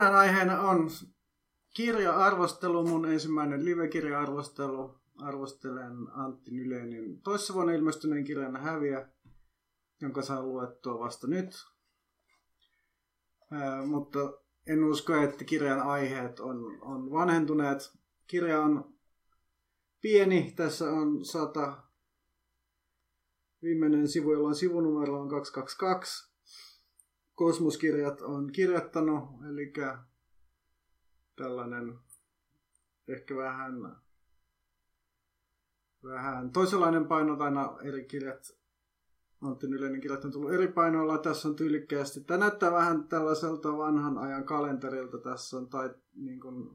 Aiheena on kirja-arvostelu, mun ensimmäinen live-kirja-arvostelu. Arvostelen Antti Nylenin toissa vuonna ilmestyneen kirjan Häviä, jonka saan luettua vasta nyt. Mutta en usko, että kirjan aiheet on vanhentuneet. Kirja on pieni, tässä on 100. Viimeinen sivu, jolla on sivunumero on 222. Kosmoskirjat on kirjoittanut, eli tällainen ehkä vähän toisenlainen paino, aina eri kirjat, Antti Nylenin kirjat on tullut eri painoilla, tässä on tyylikkäästi. Tämä näyttää vähän tällaiselta vanhan ajan kalenterilta, tässä on niin kuin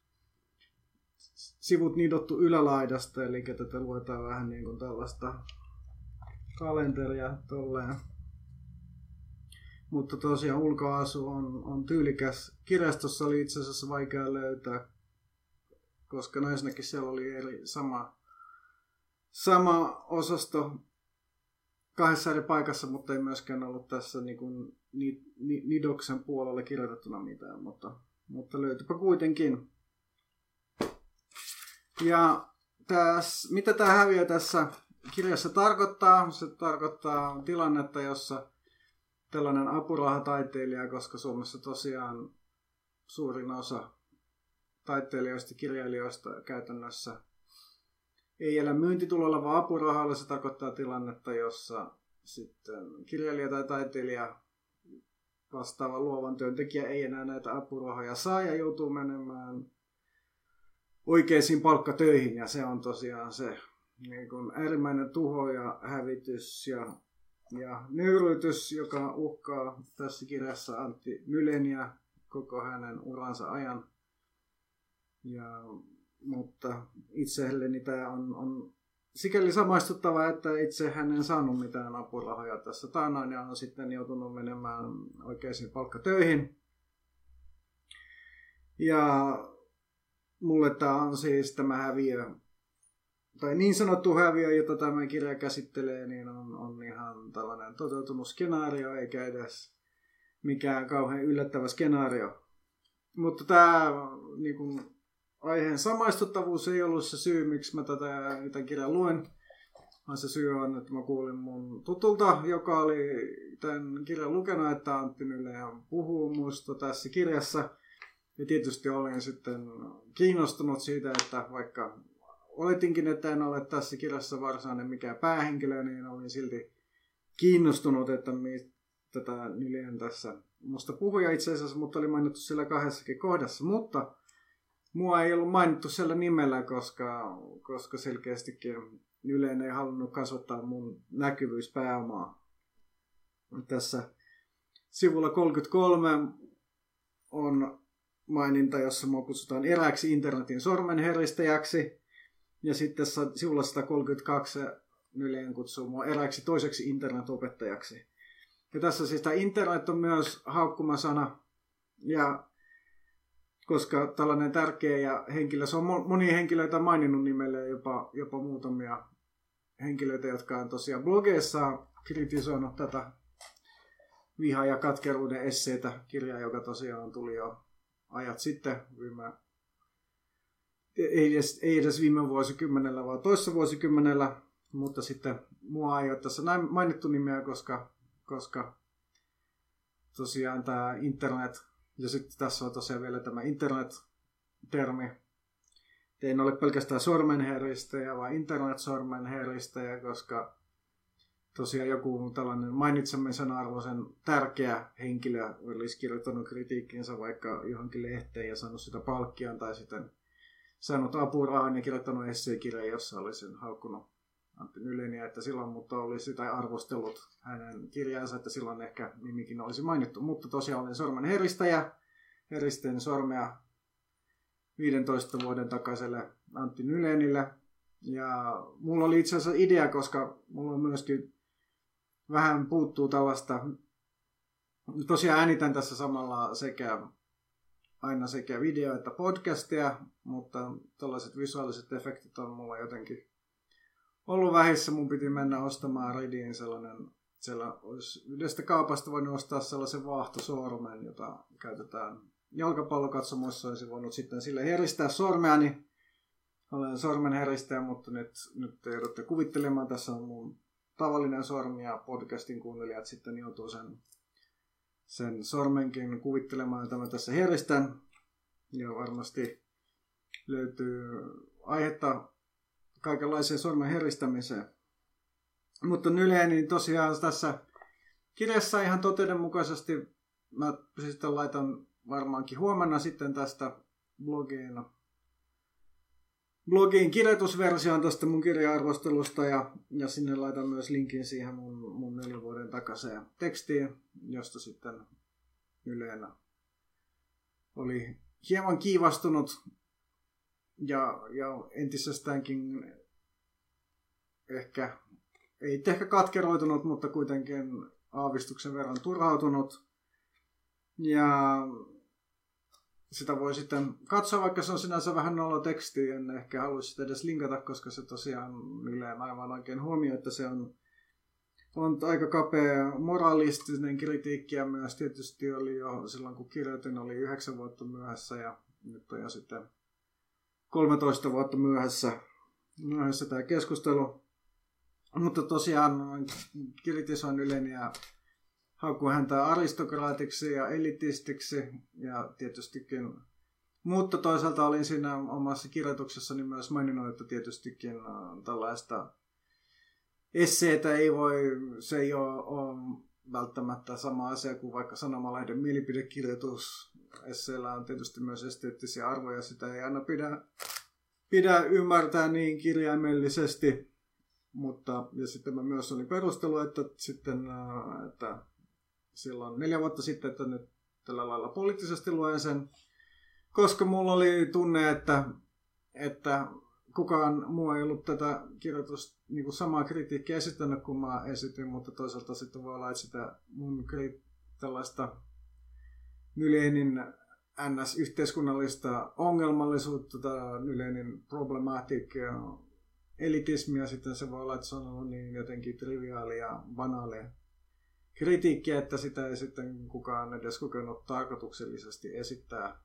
sivut nidottu ylälaidasta, eli tätä luetaan vähän niin kuin tällaista kalenteria tolleen. Mutta tosiaan ulkoasu on tyylikäs. Kirjastossa oli itse asiassa vaikea löytää, koska ensinnäkin siellä oli sama osasto kahdessa eri paikassa, mutta ei myöskään ollut tässä Nidoksen puolella kirjoitettuna mitään, mutta löytyypä kuitenkin. Ja mitä tämä Häviö tässä kirjassa tarkoittaa? Se tarkoittaa tilannetta, jossa tällainen apurahataiteilija, koska Suomessa tosiaan suurin osa taiteilijoista, kirjailijoista käytännössä ei elä myyntitulolla, vaan apurahalla. Se tarkoittaa tilannetta, jossa sitten kirjailija tai taiteilija, vastaava luovan työntekijä ei enää näitä apurahoja saa ja joutuu menemään oikeisiin palkkatöihin. Ja se on tosiaan se niin kuin äärimmäinen tuho ja hävitys ja nöyryytys, joka uhkaa tässä kirjassa Antti Nyleniä koko hänen uransa ajan. Mutta itselleni tämä on sikäli samaistuttava, että itse hän en saanut mitään apurahoja tässä taannoin ja on sitten joutunut menemään oikeisiin palkkatöihin. Ja mulle tämä on siis tämä häviö, tai niin sanottu häviö, jota tämä kirja käsittelee, niin on ihan tällainen toteutunut skenaario, eikä edes mikään kauhean yllättävä skenaario. Mutta tämä niin kuin aiheen samaistuttavuus ei ollut se syy, miksi mä tätä kirjaa luen, vaan se syy on, että mä kuulin mun tutulta, joka oli tämän kirjan lukenut, että Antti Nylen puhuu musta tässä kirjassa. Ja tietysti olin sitten kiinnostunut siitä, että vaikka oletinkin, että en ole tässä kirjassa varsinainen mikään päähenkilö, niin olin silti kiinnostunut, että tätä Nylen tässä musta puhuja itse asiassa, mutta oli mainittu siellä kahdessakin kohdassa. Mutta mua ei ollut mainittu siellä nimellä, koska selkeästikin Nylen ei halunnut kasvattaa mun näkyvyyspääomaa. Tässä sivulla 33 on maininta, jossa mua kutsutaan erääksi internetin sormenheristäjäksi. Ja sitten sivulla 132 Nylen kutsuu mua erääksi toiseksi internetopettajaksi. Ja tässä siis tämä internet on myös haukkumasana. Ja koska tällainen tärkeä henkilö, se on monia henkilöitä maininnut nimelle ja jopa muutamia henkilöitä, jotka on tosiaan blogeissa kritisoinut tätä viha- ja katkeruuden esseitä, kirjaa, joka tosiaan tuli jo ajat sitten, ei edes viime vuosikymmenellä, vaan toissa vuosikymmenellä, mutta sitten mua ei ole tässä näin mainittu nimeä, koska tosiaan tämä internet, ja sitten tässä on tosiaan vielä tämä internet-termi, en ole pelkästään sormenheristäjä, vaan internet-sormenheristäjä, koska tosiaan joku tällainen mainitsemisen arvoisen tärkeä henkilö olisi kirjoittanut kritiikkinsä vaikka johonkin lehteen ja saanut sitä palkkion tai sitten saanut apurahan ja kirjoittanut esseekirjan, jossa olisin haukkunut Antti Nyleniä, että silloin mutta olisi tai arvostellut hänen kirjansa, että silloin ehkä nimikin olisi mainittu. Mutta tosiaan olen sormenheristäjä, heristin sormea 15 vuoden takaiselle Antti Nylenille. Ja mulla oli itse asiassa idea, koska mulla on myöskin vähän puuttuu tällaista, tosiaan äänitän tässä samalla aina sekä video- että podcastia, mutta tällaiset visuaaliset efektit on mulla jotenkin ollut vähissä. Mun piti mennä ostamaan Rediin siellä olisi yhdestä kaupasta voinut ostaa sellaisen vaahtosormen, jota käytetään jalkapallokatsomoissa olisi voinut sitten sille heristää sormeani. Olen sormen heristäjä, mutta nyt te joudutte kuvittelemaan. Tässä on mun tavallinen sormi ja podcastin kuuntelijat sitten joutuu sen sormenkin kuvittelemaan, jota mä tässä heristän. Ja varmasti löytyy aihetta kaikenlaiseen sormen heristämiseen. Mutta Nyle, niin tosiaan tässä kirjassa ihan totuudenmukaisesti mä sitten laitan varmaankin huomenna sitten tästä blogiin kirjoitusversioon tästä mun kirja-arvostelusta ja sinne laitan myös linkin siihen mun 4 vuoden takaiseen tekstiin, josta sitten Yleenä oli hieman kiivastunut ja entisestäänkin ei ehkä katkeroitunut, mutta kuitenkin aavistuksen verran turhautunut. Ja sitä voi sitten katsoa, vaikka se on sinänsä vähän noloteksti, en ehkä haluaisi sitä edes linkata, koska se tosiaan Yleen aivan oikein huomio, että se on aika kapea moralistinen kritiikki ja myös tietysti oli jo silloin kun kirjoitin oli 9 vuotta myöhässä ja nyt on jo sitten 13 vuotta myöhässä tämä keskustelu. Mutta tosiaan kritisoin Ylen ja haukkuin häntä aristokraatiksi ja elitistiksi ja tietystikin. Mutta toisaalta olin siinä omassa kirjoituksessani myös maininnut, että tietystikin tällaista esseetä se ei ole välttämättä sama asia kuin vaikka sanomalehden mielipidekirjoitus. Esseellä on tietysti myös esteettisiä arvoja, sitä ei aina pidä ymmärtää niin kirjaimellisesti. Ja sitten mä myös olin perustellut, että silloin 4 vuotta sitten, että nyt tällä lailla poliittisesti luen sen, koska mulla oli tunne, että kukaan muu ei ollut tätä kirjoitusta niin kuin samaa kritiikkiä esittänyt kuin mä esitin, mutta toisaalta sitten voi olla, että sitä mun tällaista Nylenin NS-yhteiskunnallista ongelmallisuutta, Nylenin problemaattia, elitismia, sitten se voi olla, että se on ollut niin jotenkin triviaalia ja banaalia kritiikkiä, että sitä ei sitten kukaan edes kokenut tarkoituksellisesti esittää.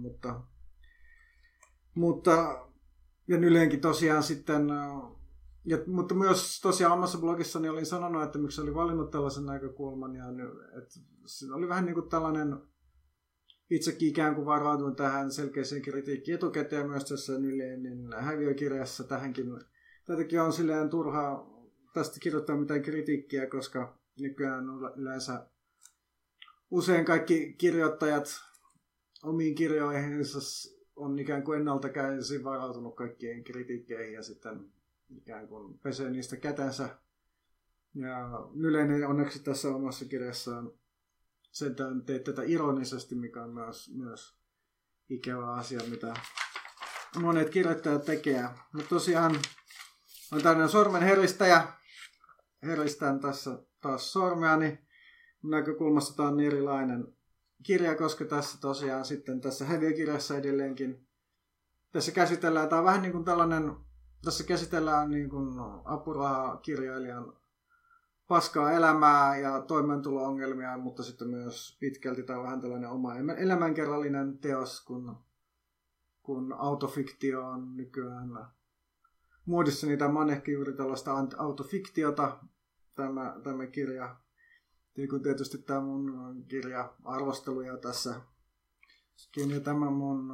Mutta ja Nylenkin tosiaan sitten, mutta myös tosiaan omassa blogissani olin sanonut, että miksi olin valinnut tällaisen näkökulman, ja että se oli vähän niin kuin tällainen, itsekin ikään kuin varauduin tähän selkeäseen kritiikkiin etukäteen myös tässä Nylenin häviökirjassa tätäkin on silleen turhaa tästä kirjoittaa mitään kritiikkiä, koska nykyään yleensä usein kaikki kirjoittajat omiin kirjoihinsa on ikään kuin ennaltakäsin varautunut kaikkien kritiikkeihin ja sitten ikään kuin pesee niistä kätensä. Ja Nyleinen onneksi tässä omassa kirjassaan sentään teet tätä ironisesti, mikä on myös ikävä asia, mitä monet kirjoittajat tekee. Mutta tosiaan on tämmöinen sormen heristäjä. Heristän tässä taas sormeani. Näkökulmassa tämä on erilainen kirja, koska tässä tosiaan sitten tässä häviökirjassa edelleenkin tässä käsitellään, tämä on vähän niin kuin tällainen, tässä käsitellään niin kuin apurahakirjailijan paskaa elämää ja toimeentulo-ongelmia, mutta sitten myös pitkälti tämä on vähän tällainen oma elämänkerrallinen teos, kun autofiktio on nykyään muodissa, niin tämä on ehkä juuri tällaista autofiktiota, tämä kirja. Niin kuin tietysti tämä mun kirja-arvosteluja tässä. Ja tämä mun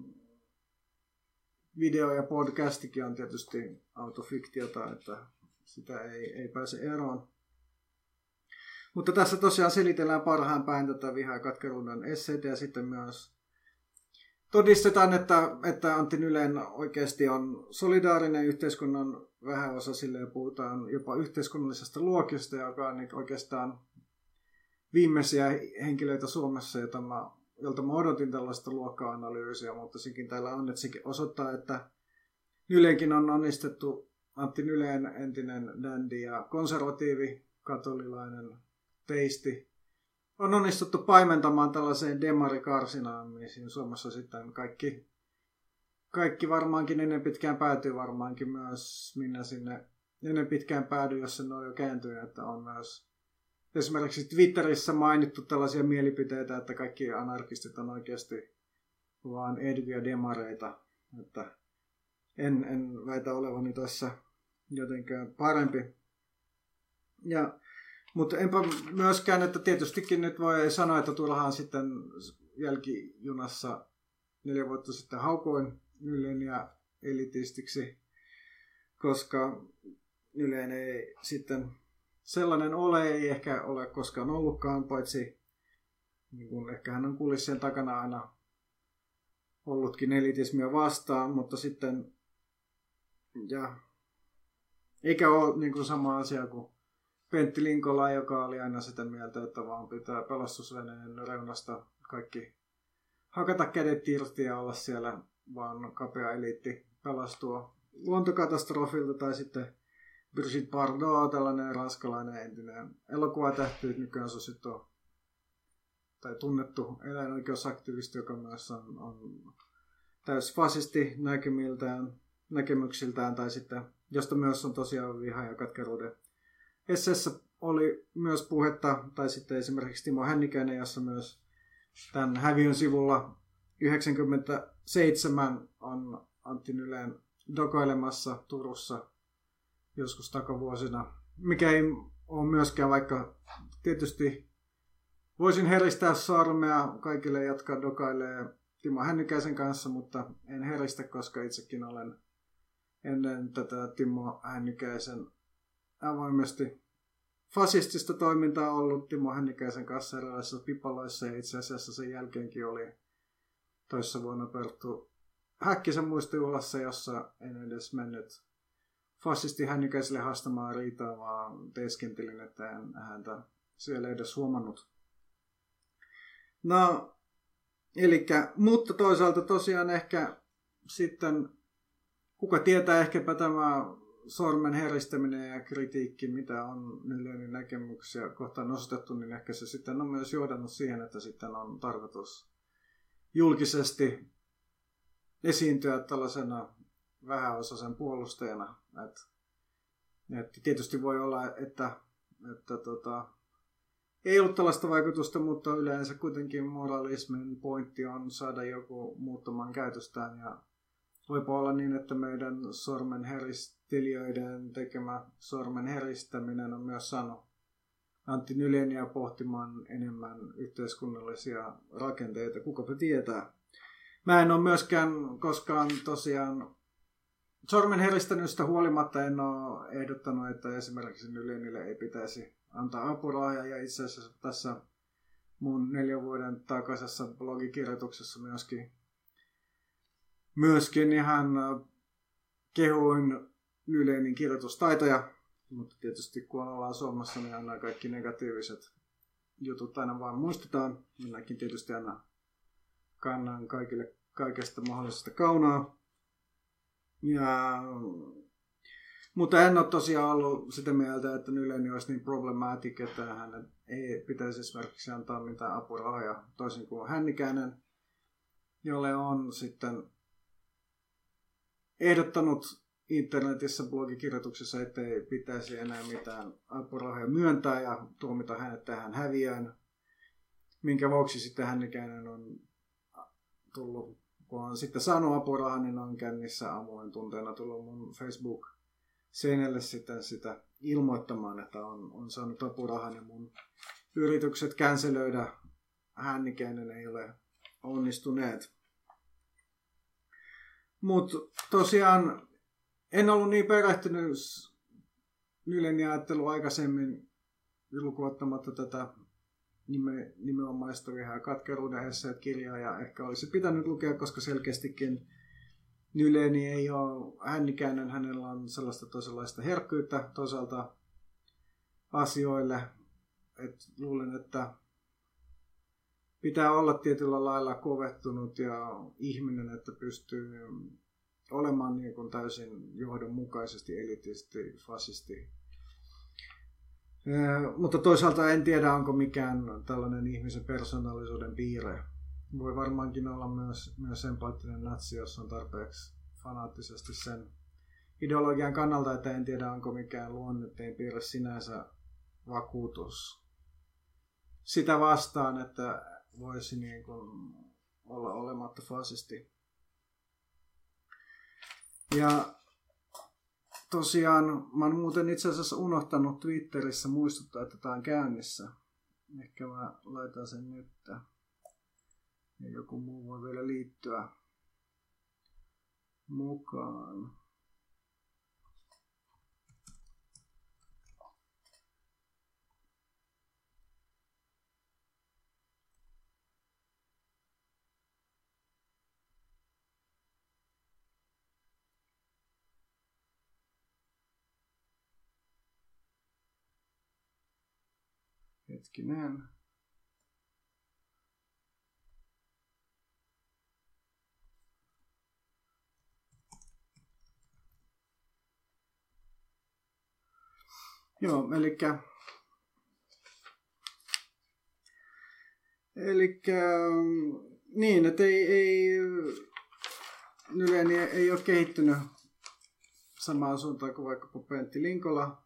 video- ja podcastikin on tietysti autofiktiota, että sitä ei pääse eroon. Mutta tässä tosiaan selitellään parhaan päin tätä viha- ja katkeruuden esseitä ja sitten myös todistetaan, että Antti Nylen oikeasti on solidaarinen yhteiskunnan vähäosaisille ja puhutaan jopa yhteiskunnallisesta luokista, joka on oikeastaan viimeisiä henkilöitä Suomessa, jolta mä odotin tällaista luokka-analyysiä, mutta sekin täällä on, että sekin osoittaa, että Nylenkin on onnistettu, Antti Nylen entinen dandy ja konservatiivi, katolilainen teisti, on onnistuttu paimentamaan tällaiseen demarikarsinaan, missä Suomessa sitten kaikki varmaankin ennen pitkään päätyy varmaankin myös, minä sinne ennen pitkään päädyin, jos sen on jo kääntynyt, että on myös esimerkiksi Twitterissä mainittu tällaisia mielipiteitä, että kaikki anarkistit on oikeasti vaan edviä demareita. Että en väitä olevani tässä jotenkään parempi. Mutta enpä myöskään, että tietystikin nyt voi sanoa, että turhaan sitten jälkijunassa 4 vuotta sitten haukoin Nyleniä elitistiksi, koska Nylen ei sitten sellainen ole, ei ehkä ole koskaan ollutkaan, paitsi niin kun ehkä hän on kulissien takana aina ollutkin elitismia vastaan, mutta sitten eikä ole niin kuin sama asia kuin Pentti Linkola, joka oli aina sitä mieltä, että vaan pitää pelastusveneen reunasta kaikki hakata kädet irti ja olla siellä vaan kapea eliitti pelastua luontokatastrofilta, tai sitten Brigitte Bardot, tällainen ranskalainen entinen elokuvatähti, nykyään suosittu tai tunnettu eläinoikeusaktivisti, joka myös on täys fasisti näkemyksiltään, tai sitten, josta myös on tosiaan viha ja katkeruuden esseessä oli myös puhetta, tai sitten esimerkiksi Timo Hännikäinen, jossa myös tämän häviön sivulla 97 on Antti Nylén dokoilemassa Turussa joskus takavuosina, mikä ei ole myöskään, vaikka tietysti voisin heristää sormea kaikille, jotka dokailee Timo Hännikäisen kanssa, mutta en heristä, koska itsekin olen ennen tätä Timo Hännikäisen avoimesti fasistista toimintaa ollut Timo Hännikäisen kanssa erilaisissa pipaloissa, ja itse asiassa sen jälkeenkin oli toissa vuonna Perttu Häkkisen muistojuhlassa, jossa en edes mennyt fasisti Hännikäiselle haastamaan riitaa, vaan teeskentelin, että en häntä siellä edes huomannut. No, mutta toisaalta tosiaan ehkä sitten, kuka tietää, ehkäpä tämä sormen heristäminen ja kritiikki, mitä on Nylenin näkemyksiä kohtaan nostettu, niin ehkä se sitten on myös johdannut siihen, että sitten on tarkoitus julkisesti esiintyä tällaisena vähäosaisen puolustajana. Että tietysti voi olla, että ei ollut tällaista vaikutusta, mutta yleensä kuitenkin moralismin pointti on saada joku muuttamaan käytöstään, ja voipa olla niin, että meidän sormenheristelijöiden tekemä sormen heristäminen on myös saanut Antti Nyléniä pohtimaan enemmän yhteiskunnallisia rakenteita, kukapa tietää. Mä en ole myöskään koskaan tosiaan sormen heristänystä huolimatta en ole ehdottanut, että esimerkiksi Nylénille ei pitäisi antaa apurahaa, ja itse asiassa tässä mun 4 vuoden takaisessa blogikirjoituksessa myöskin ihan kehuin Nylénin kirjoitustaitoja, mutta tietysti kun ollaan Suomessa, niin aina kaikki negatiiviset jutut aina vaan muistetaan. Minäkin tietysti aina kannan kaikille kaikesta mahdollisesta kaunaa. Mutta en ole tosiaan ollut sitä mieltä, että Nyléni olisi niin problematic, että hänen ei pitäisi esimerkiksi antaa mitään apurahaa, toisin kuin Hännikäinen, jolle on sitten ehdottanut internetissä blogikirjoituksessa, ettei pitäisi enää mitään apurahoja myöntää ja tuomita hänet tähän häviöön, minkä vuoksi sitten Hännikäinen on tullut, kun on sitten saanut apurahaa, niin on kännissä aamujen tunteena tullut mun Facebook-seinälle sitten sitä ilmoittamaan, että on saanut apurahan, ja mun yritykset cancelöidä Hännikäinen ei ole onnistuneet. Mutta tosiaan en ollut niin perehtynyt Nylénin ajattelua aikaisemmin, lukuottamatta tätä nimenomaista vihaa katkeruuden esseet kirjaa, ja ehkä olisi pitänyt lukea, koska selkeästikin Nyléni ei ole Hännikäinen, hänellä on sellaista toisenlaista herkkyyttä toisaalta asioille, että luulen, että pitää olla tietyllä lailla kovettunut ja ihminen, että pystyy olemaan niin kuin täysin johdonmukaisesti elitisti, fasisti. Mutta toisaalta en tiedä, onko mikään tällainen ihmisen persoonallisuuden piirre. Voi varmaankin olla myös empaattinen natsi, jos on tarpeeksi fanaattisesti sen ideologian kannalta, että en tiedä, onko mikään luonteen piirre sinänsä vakuutus sitä vastaan, että voisi niin kuin olla olematta fasisti. Ja tosiaan, mä oon muuten itse asiassa unohtanut Twitterissä muistuttaa, että tää on käynnissä. Ehkä mä laitan sen nyt. Ja joku muu voi vielä liittyä mukaan. Hetkinen. Joo, elikkä niin, että Yle ei ole kehittynyt samaan suuntaan kuin vaikka Pentti Linkola,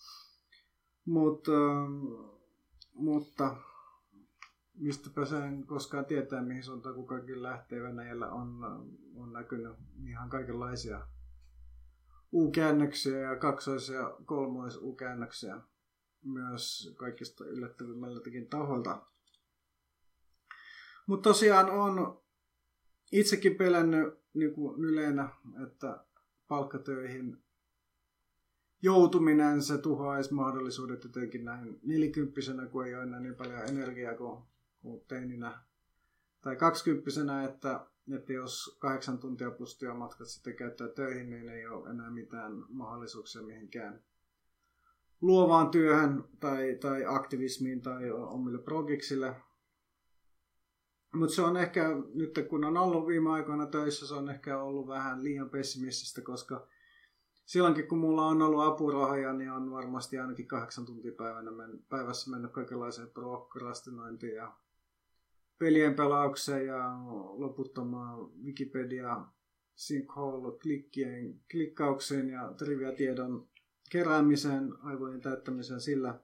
mutta mistäpä sen koskaan tietää, mihin suuntaan kukakin lähtee. Venäjällä on näkynyt ihan kaikenlaisia U-käännöksiä ja kaksois- ja kolmois-U-käännöksiä myös kaikista yllättävimmältäkin taholta. Mutta tosiaan on itsekin pelännyt niin kuin Ylenä, että palkkatöihin joutuminen, se tuhoaisi mahdollisuudet jotenkin näin 40-vuotiaana, kun ei ole enää niin paljon energiaa kuin teininä. Tai 20-vuotiaana, että jos 8 tuntia plus työmatkat sitten käyttää töihin, niin ei ole enää mitään mahdollisuuksia mihinkään luovaan työhön tai aktivismiin tai omille progiksille. Mutta se on ehkä, nyt kun on ollut viime aikoina töissä, se on ehkä ollut vähän liian pessimististä, koska silloinkin kun mulla on ollut apurahoja, niin on varmasti ainakin 8 tuntia päivässä mennyt kaikenlaiseen prokrastinointiin ja pelien pelaukseen ja loputtomaan Wikipedia sinkhole-klikkien klikkaukseen ja trivia-tiedon keräämiseen, aivojen täyttämiseen sillä.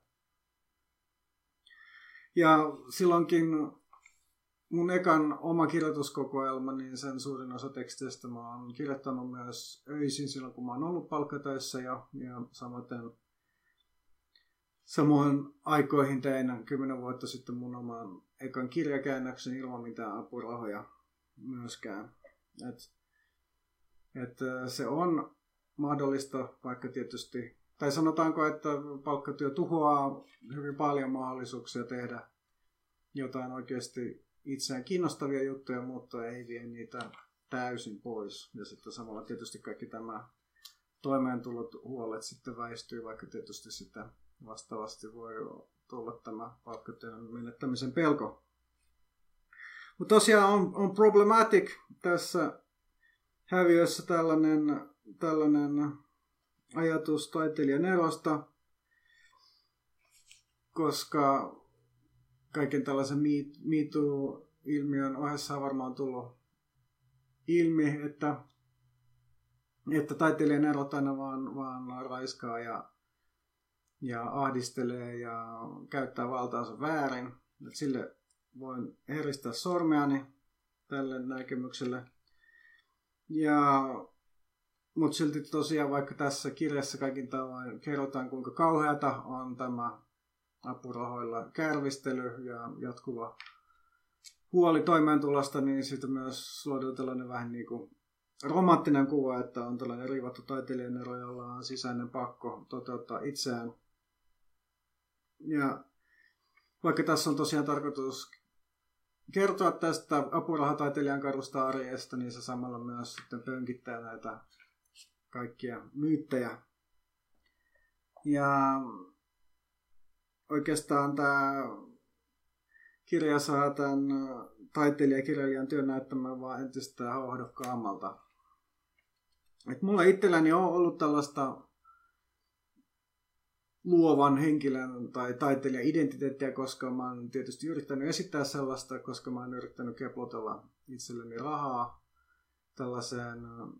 Ja silloinkin mun ekan oma kirjoituskokoelma, niin sen suurin osa teksteistä mä oon kirjoittanut myös öisin silloin, kun mä oon ollut palkkatöissä ja samoin aikoihin tein 10 vuotta sitten mun oman ekan kirjakäännöksen ilman mitään apurahoja myöskään. Se on mahdollista, vaikka tietysti, tai sanotaanko, että palkkatyö tuhoaa hyvin paljon mahdollisuuksia tehdä jotain oikeasti itseään kiinnostavia juttuja, mutta ei vie niitä täysin pois. Ja sitten samalla tietysti kaikki tämä toimeentulot huolet sitten väistyy, vaikka tietysti sitä vastaavasti voi tulla tämä palkkatyön menettämisen pelko. Mutta tosiaan on problematic tässä häviössä tällainen ajatus taiteilijan erosta, koska kaiken tällaisen Me Too-ilmiön ohessa on varmaan tullut ilmi, että taiteilijan erot aina vaan raiskaa ja ahdistelee ja käyttää valtaansa väärin. Et sille voin heristää sormeani tälle näkemykselle. Mutta silti tosiaan vaikka tässä kirjassa kaikin tavoin kerrotaan, kuinka kauheata on tämä apurahoilla kärvistely ja jatkuva huoli toimeentulosta, niin siitä myös luodaan tällainen vähän niin kuin romanttinen kuva, että on tällainen riivattu taiteilijan ero, jolla on sisäinen pakko toteuttaa itseään. Ja vaikka tässä on tosiaan tarkoitus kertoa tästä apurahataiteilijan karusta arjesta, niin se samalla myös sitten pönkittää näitä kaikkia myyttejä. Ja oikeastaan tämä kirja saa tämän taiteilijakirjailijan työn näyttämään vaan entistä hohdokkaammalta. Et mulla itselläni on ollut tällaista luovan henkilön tai taiteilijan identiteettiä, koska mä oon tietysti yrittänyt esittää sellaista, koska mä oon yrittänyt keplotella itselleni rahaa tällaiseen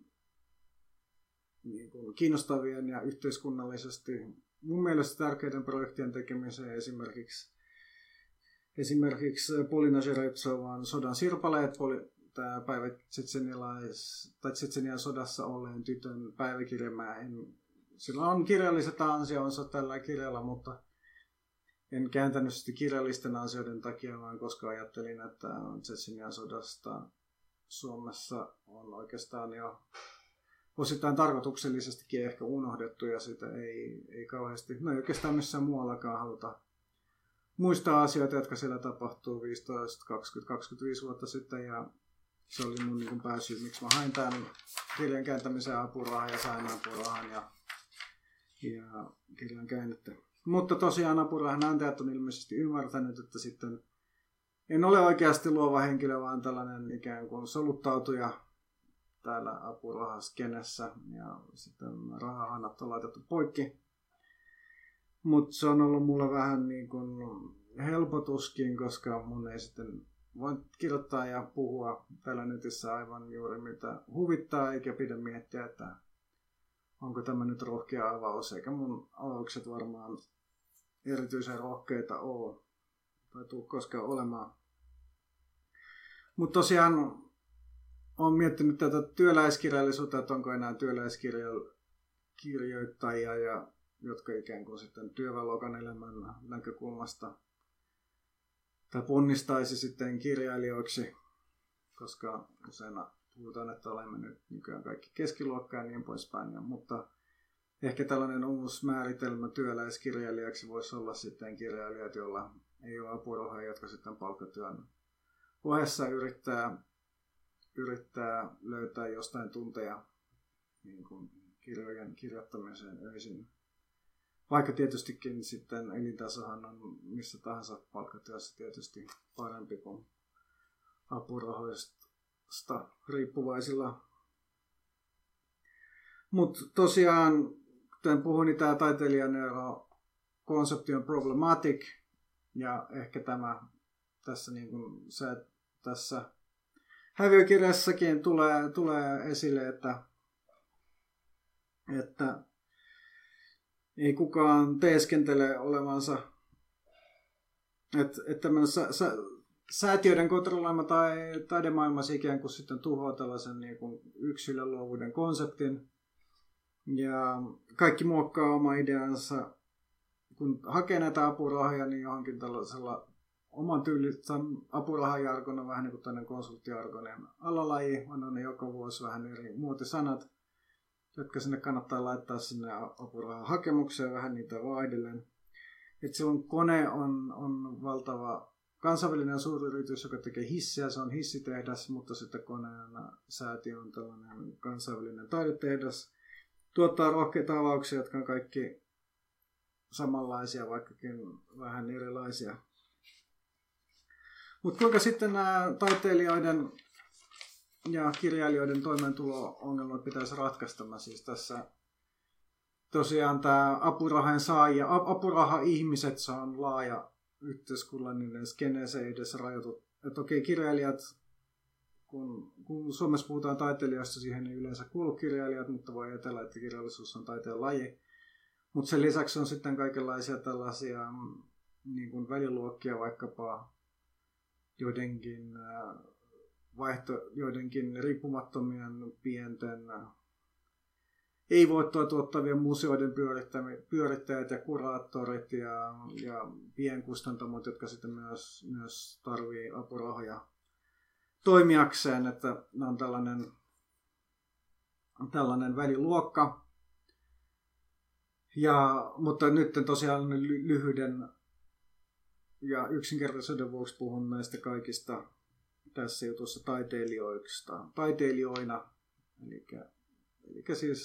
niin kuin kiinnostavien ja yhteiskunnallisesti mun mielestä tärkeiden projektien tekemiseen, esimerkiksi esimerkiksi Polina Zherevtsovan Sodan sirpaleet, tämä Tsetsenian sodassa olleen tytön päiväkirja. Sillä on kirjalliset ansionsa tällä kirjalla, mutta en kääntänyt sitä kirjallisten ansioiden takia, vaan koska ajattelin, että Tsetsenian sodasta Suomessa on oikeastaan jo osittain tarkoituksellisestikin ehkä unohdettu ja sitä ei kauheasti, no ei oikeastaan missään muuallakaan haluta muistaa asioita, jotka siellä tapahtuu 15, 20, 25 vuotta sitten ja se oli mun niin pääsyy, miksi mä hain tämän kirjan kääntämisen apurahan ja sain apurahan ja kirjan käännettä. Mutta tosiaan apurahan antajat on ilmeisesti ymmärtänyt, että sitten en ole oikeasti luova henkilö, vaan tällainen ikään kuin soluttautuja täällä apurahaskenessä ja sitten rahahanat on laitettu poikki. Mutta se on ollut mulle vähän niin kuin helpotuskin, koska mun ei sitten voi kirjoittaa ja puhua täällä netissä aivan juuri mitä huvittaa, eikä pidä miettiä, että onko tämä nyt rohkea avaus, eikä mun avaukset varmaan erityisen rohkeita ole tai tule koskaan olemaan. Mutta tosiaan olen miettinyt tätä työläiskirjallisuutta, että onko enää työläiskirjoittajia, jotka ikään kuin sitten työväenluokan elämän näkökulmasta tai ponnistaisi sitten kirjailijoiksi, koska usein puhutaan, että olemme nyt nykyään kaikki keskiluokkaa ja niin poispäin. Mutta ehkä tällainen uusi määritelmä työläiskirjailijaksi voisi olla sitten kirjailijat, joilla ei ole apurahoja, jotka sitten palkkatyön ohessa yrittää löytää jostain tunteja niin kuin kirjojen kirjoittamiseen öisin. Vaikka tietystikin sitten elintasohan on missä tahansa palkkatyössä tietysti parempi kuin apurahoista riippuvaisilla. Mutta tosiaan, kuten puhuin, niin tämä taiteilijan konsepti on problematic. Ja ehkä tämä tässä, niin kuin tässä häviökirjassakin tulee esille, että ei kukaan teeskentele olevansa, että säätiöiden kontrolloima tai taidemaailmassa ikään kuin sitten tuhoaa tällaisen niin kuin yksilön luovuuden konseptin. Ja kaikki muokkaa oma ideansa, kun hakee näitä apurahoja, niin johonkin tällaisella oman tyylisen apurahajargon on vähän niin kuin tämmöinen konsulttijargonen alalaji, on ne joka vuosi vähän eri muotisanat, jotka sinne kannattaa laittaa sinne apurahahakemukseen, vähän niitä vaihdellen. Että silloin kone on valtava kansainvälinen suuryritys, joka tekee hissiä, se on hissitehdas, mutta sitten koneen säätiö on tällainen kansainvälinen taidetehdas. Tuottaa rohkeita avauksia, jotka on kaikki samanlaisia, vaikkakin vähän erilaisia. Mutta kuinka sitten nämä taiteilijoiden ja kirjailijoiden toimeentulo-ongelmat pitäisi ratkaista? Mä siis tässä tosiaan tämä apurahan saaja, apuraha-ihmiset, se on laaja yhteiskunnallinen skene, se ei edes rajoitu. Että okei, kirjailijat, kun Suomessa puhutaan taiteilijoista, siihen ei yleensä kuulu kirjailijat, mutta voi ajatella, että kirjallisuus on taiteen laji. Mutta sen lisäksi on sitten kaikenlaisia tällaisia niin kuin väliluokkia, vaikkapa joidenkin riippumattomien pienten ei-voittoa tuottavien museoiden pyörittäjät ja kuraattorit ja pienkustantamot, jotka sitten myös tarvii apurahoja toimijakseen, että ne on tällainen väliluokka. Mutta nyt tosiaan lyhyiden ja yksinkertaisuuden vuoksi puhun näistä kaikista tässä jutussa taiteilijoina, eli siis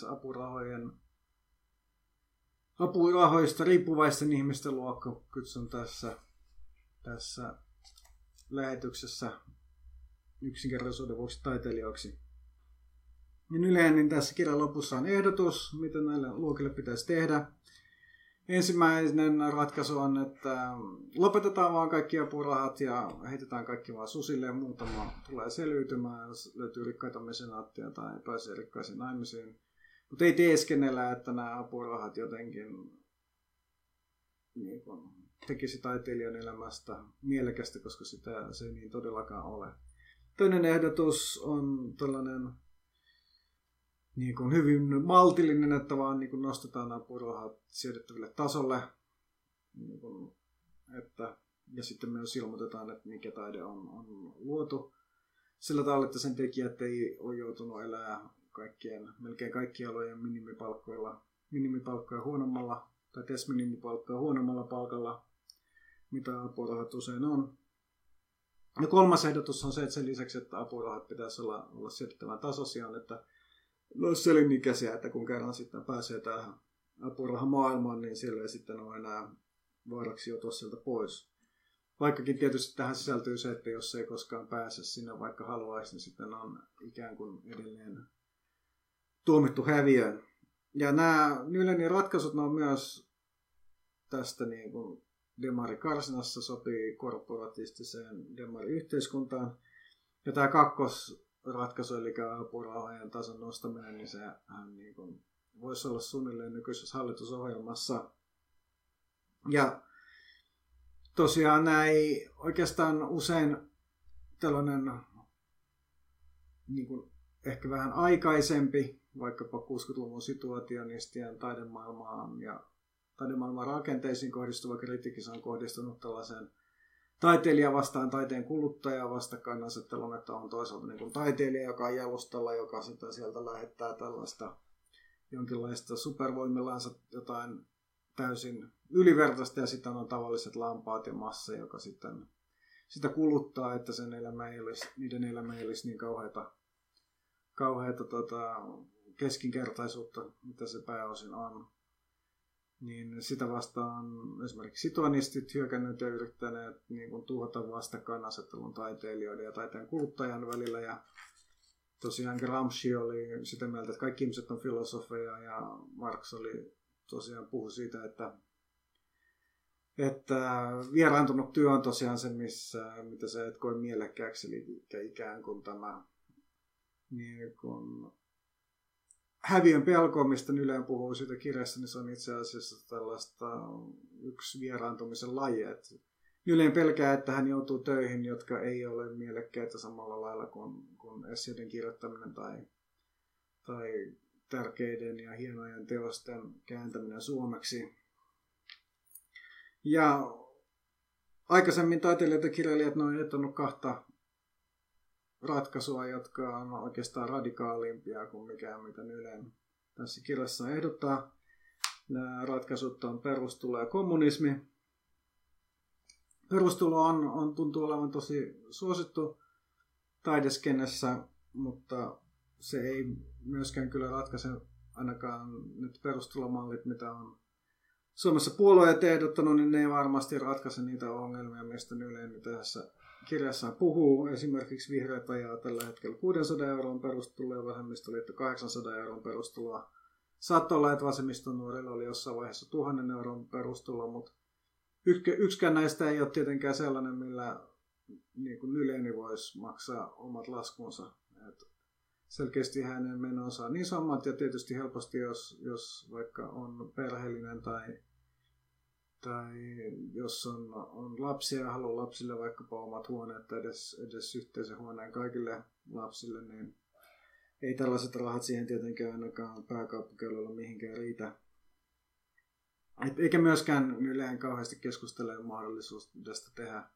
apurahoista riippuvaisten ihmisten luokka kutsun tässä lähetyksessä yksinkertaisuuden vuoksi taiteilijoiksi. Niin tässä kirjan lopussa on ehdotus, mitä näille luokille pitäisi tehdä. Ensimmäinen ratkaisu on, että lopetetaan vaan kaikki apurahat ja heitetään kaikki vaan susille ja muutama tulee selviytymään, jos löytyy rikkaita mesenaattia tai pääsee rikkaisiin naimisiin. Mutta ei teeskennellä, että nämä apurahat jotenkin niin kuin tekisi taiteilijan elämästä mielekästä, koska se ei niin todellakaan ole. Toinen ehdotus on tällainen niin kuin hyvin maltillinen, että vaan niin kuin nostetaan apurahat siedettäville tasolle. Niin kuin, ja sitten myös ilmoitetaan, että mikä taide on luotu sillä tavalla, että sen tekijät ei ole joutunut elää melkein kaikkien alojen minimipalkkoja huonommalla tai TES-minimipalkkoja huonommalla palkalla, mitä apurahat usein on. Ja kolmas ehdotus on se, että sen lisäksi, että apurahat pitäisi olla siedettävän tasoisia, että olisi elinikäisiä, että kun kerran sitten pääsee tähän apurahamaailmaan, niin siellä ei sitten ole enää vaaraksi joutua sieltä pois. Vaikkakin tietysti tähän sisältyy se, että jos ei koskaan pääse sinne vaikka haluaisi, niin sitten on ikään kuin edelleen tuomittu häviöön. Ja nämä Nylenin ratkaisut on myös tästä niin kuin demarikarsinassa sopii korporatistiseen demariyhteiskuntaan. Ja tämä kakkosratkaisu, eli apurahojen tason nostaminen, niin sehän niin kuin voisi olla suunnilleen nykyisessä hallitusohjelmassa. Ja tosiaan nämä ei oikeastaan usein tällainen niin kuin ehkä vähän aikaisempi, vaikkapa 60-luvun situationistien taidemaailmaan ja taidemaailman rakenteisiin kohdistuva kritiikki on kohdistunut tällaiseen taiteilija vastaan taiteen kuluttaja vastakkainasettelun, että on toisaalta niin kuin taiteilija, joka on jalustalla, joka sitten sieltä lähettää tällaista jonkinlaista supervoimillansa jotain täysin ylivertaista, ja sitten on tavalliset lampaat ja massa, joka sitten sitä kuluttaa, että niiden elämä ei olisi niin kauheata keskinkertaisuutta, mitä se pääosin on. Niin sitä vastaan esimerkiksi situanistit hyökänneet ja yrittäneet niin kuin tuhota vastakkainasettelun taiteilijoiden ja taiteen kuluttajan välillä. Ja tosiaan Gramsci oli sitä mieltä, että kaikki ihmiset on filosofeja, ja Marx tosiaan puhui siitä, että vieraantunut työ on tosiaan se, mitä sä et koe mielekkääksi, eli ikään kuin tämä niin kuin häviön pelko, mistä Nylen puhuu siitä kirjassa, niin se on itse asiassa tällaista yksi vieraantumisen laji. Nylen pelkää, että hän joutuu töihin, jotka ei ole mielekkäitä samalla lailla kuin esseiden kirjoittaminen tai tärkeiden ja hienojen teosten kääntäminen suomeksi. Ja aikaisemmin taiteilijat ja kirjailijat on ehdottanut kahta ratkaisua, jotka on oikeastaan radikaalimpia kuin mitä Nylen tässä kirjassa ehdottaa. Nämä ratkaisut on perustulo ja kommunismi. Perustulo tuntuu olevan tosi suosittu taideskennessä, mutta se ei myöskään kyllä ratkaise ainakaan nyt perustulomallit, mitä on Suomessa puolueet ehdottanut, niin ne ei varmasti ratkaise niitä ongelmia, mistä Nylen tässä kirjassaan puhuu. Esimerkiksi vihreät ajaa tällä hetkellä 600 € perustuloa ja vasemmistoliitto 800 € perustuloa. Saattoi olla, että vasemmiston nuorilla oli jossain vaiheessa 1000 € perustulo, mutta yksikään näistä ei ole tietenkään sellainen, millä niin kuin Nyleni voisi maksaa omat laskunsa. Selkeästi hänen menonsa on isommat, ja tietysti helposti, jos vaikka on perheellinen tai jos on lapsia ja haluaa lapsille vaikkapa omat huoneet tai edes yhteisen huoneen kaikille lapsille, niin ei tällaiset rahat siihen tietenkään ainakaan pääkaupunkialueella mihinkään riitä. Eikä myöskään Yleen kauheasti keskustele mahdollisuudesta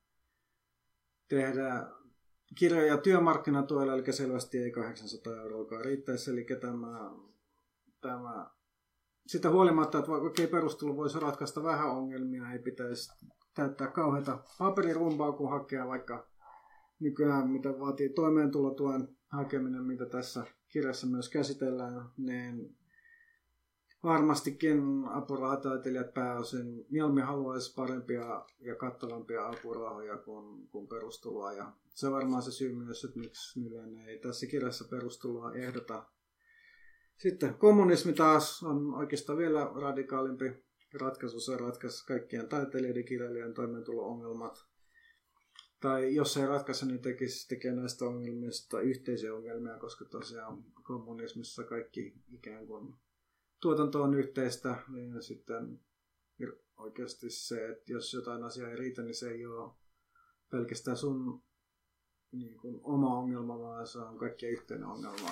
tehdä kirjoja työmarkkinatuella, eli selvästi ei 800 € riittäisi, eli tämä sitä huolimatta, että vaikka perustulo voisi ratkaista vähän ongelmia, ei pitäisi täyttää kauheita paperirumbaa, kun hakea vaikka nykyään, mitä vaatii toimeentulotuen hakeminen, mitä tässä kirjassa myös käsitellään, niin varmastikin apurahataiteilijat pääosin mieluummin haluaisi parempia ja kattavampia apurahoja kuin perustuloa. Ja se on varmaan se syy myös, että miksi Nylen ei tässä kirjassa perustuloa ehdota. Sitten kommunismi taas on oikeastaan vielä radikaalimpi ratkaisu. Se ratkaisi kaikkien taiteilijoiden kirjailijan toimeentulo-ongelmat. Tai jos ei ratkaise, niin tekee näistä ongelmista yhteisiä ongelmia, koska tosiaan kommunismissa kaikki ikään kuin tuotanto on yhteistä, niin sitten oikeasti se, että jos jotain asiaa ei riitä, niin se ei ole pelkästään sun niin kuin oma ongelma, vaan se on kaikkien yhteinen ongelma.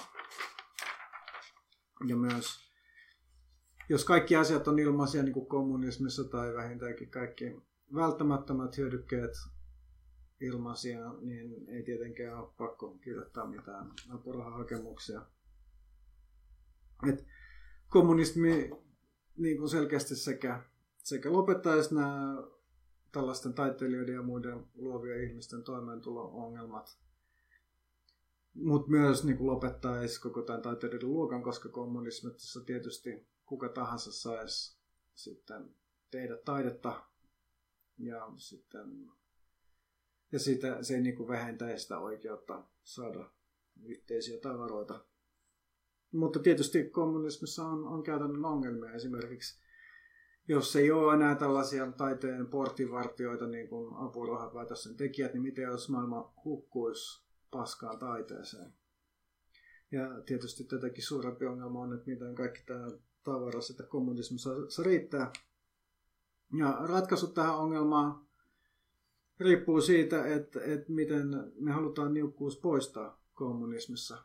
Ja myös, jos kaikki asiat on ilmaisia niin kuin kommunismissa tai vähintäänkin kaikki välttämättömät hyödykkeet ilmaisia, niin ei tietenkään ole pakko kirjoittaa mitään apurahahakemuksia. Et kommunismi niin kuin selkeästi sekä lopettaisi nämä tällaisten taiteilijoiden ja muiden luovien ihmisten toimeentulo-ongelmat, mutta myös niin kuin lopettaisi koko tämän taiteilijoiden luokan, koska kommunismissa tietysti kuka tahansa saisi sitten tehdä taidetta ja siitä, se ei niin kuin vähentäisi sitä oikeutta saada yhteisiä tavaroita. Mutta tietysti kommunismissa on käytännön ongelmia. Esimerkiksi jos ei ole enää tällaisia taiteen portinvartijoita niin kuin apurahapäätösten tekijät, niin miten jos maailma hukkuisi paskaan taiteeseen? Ja tietysti tätäkin suurempi ongelma on, että miten kaikki tämä tavara sitä kommunismissa riittää. Ja ratkaisut tähän ongelmaan riippuu siitä, että miten me halutaan niukkuus poistaa kommunismissa.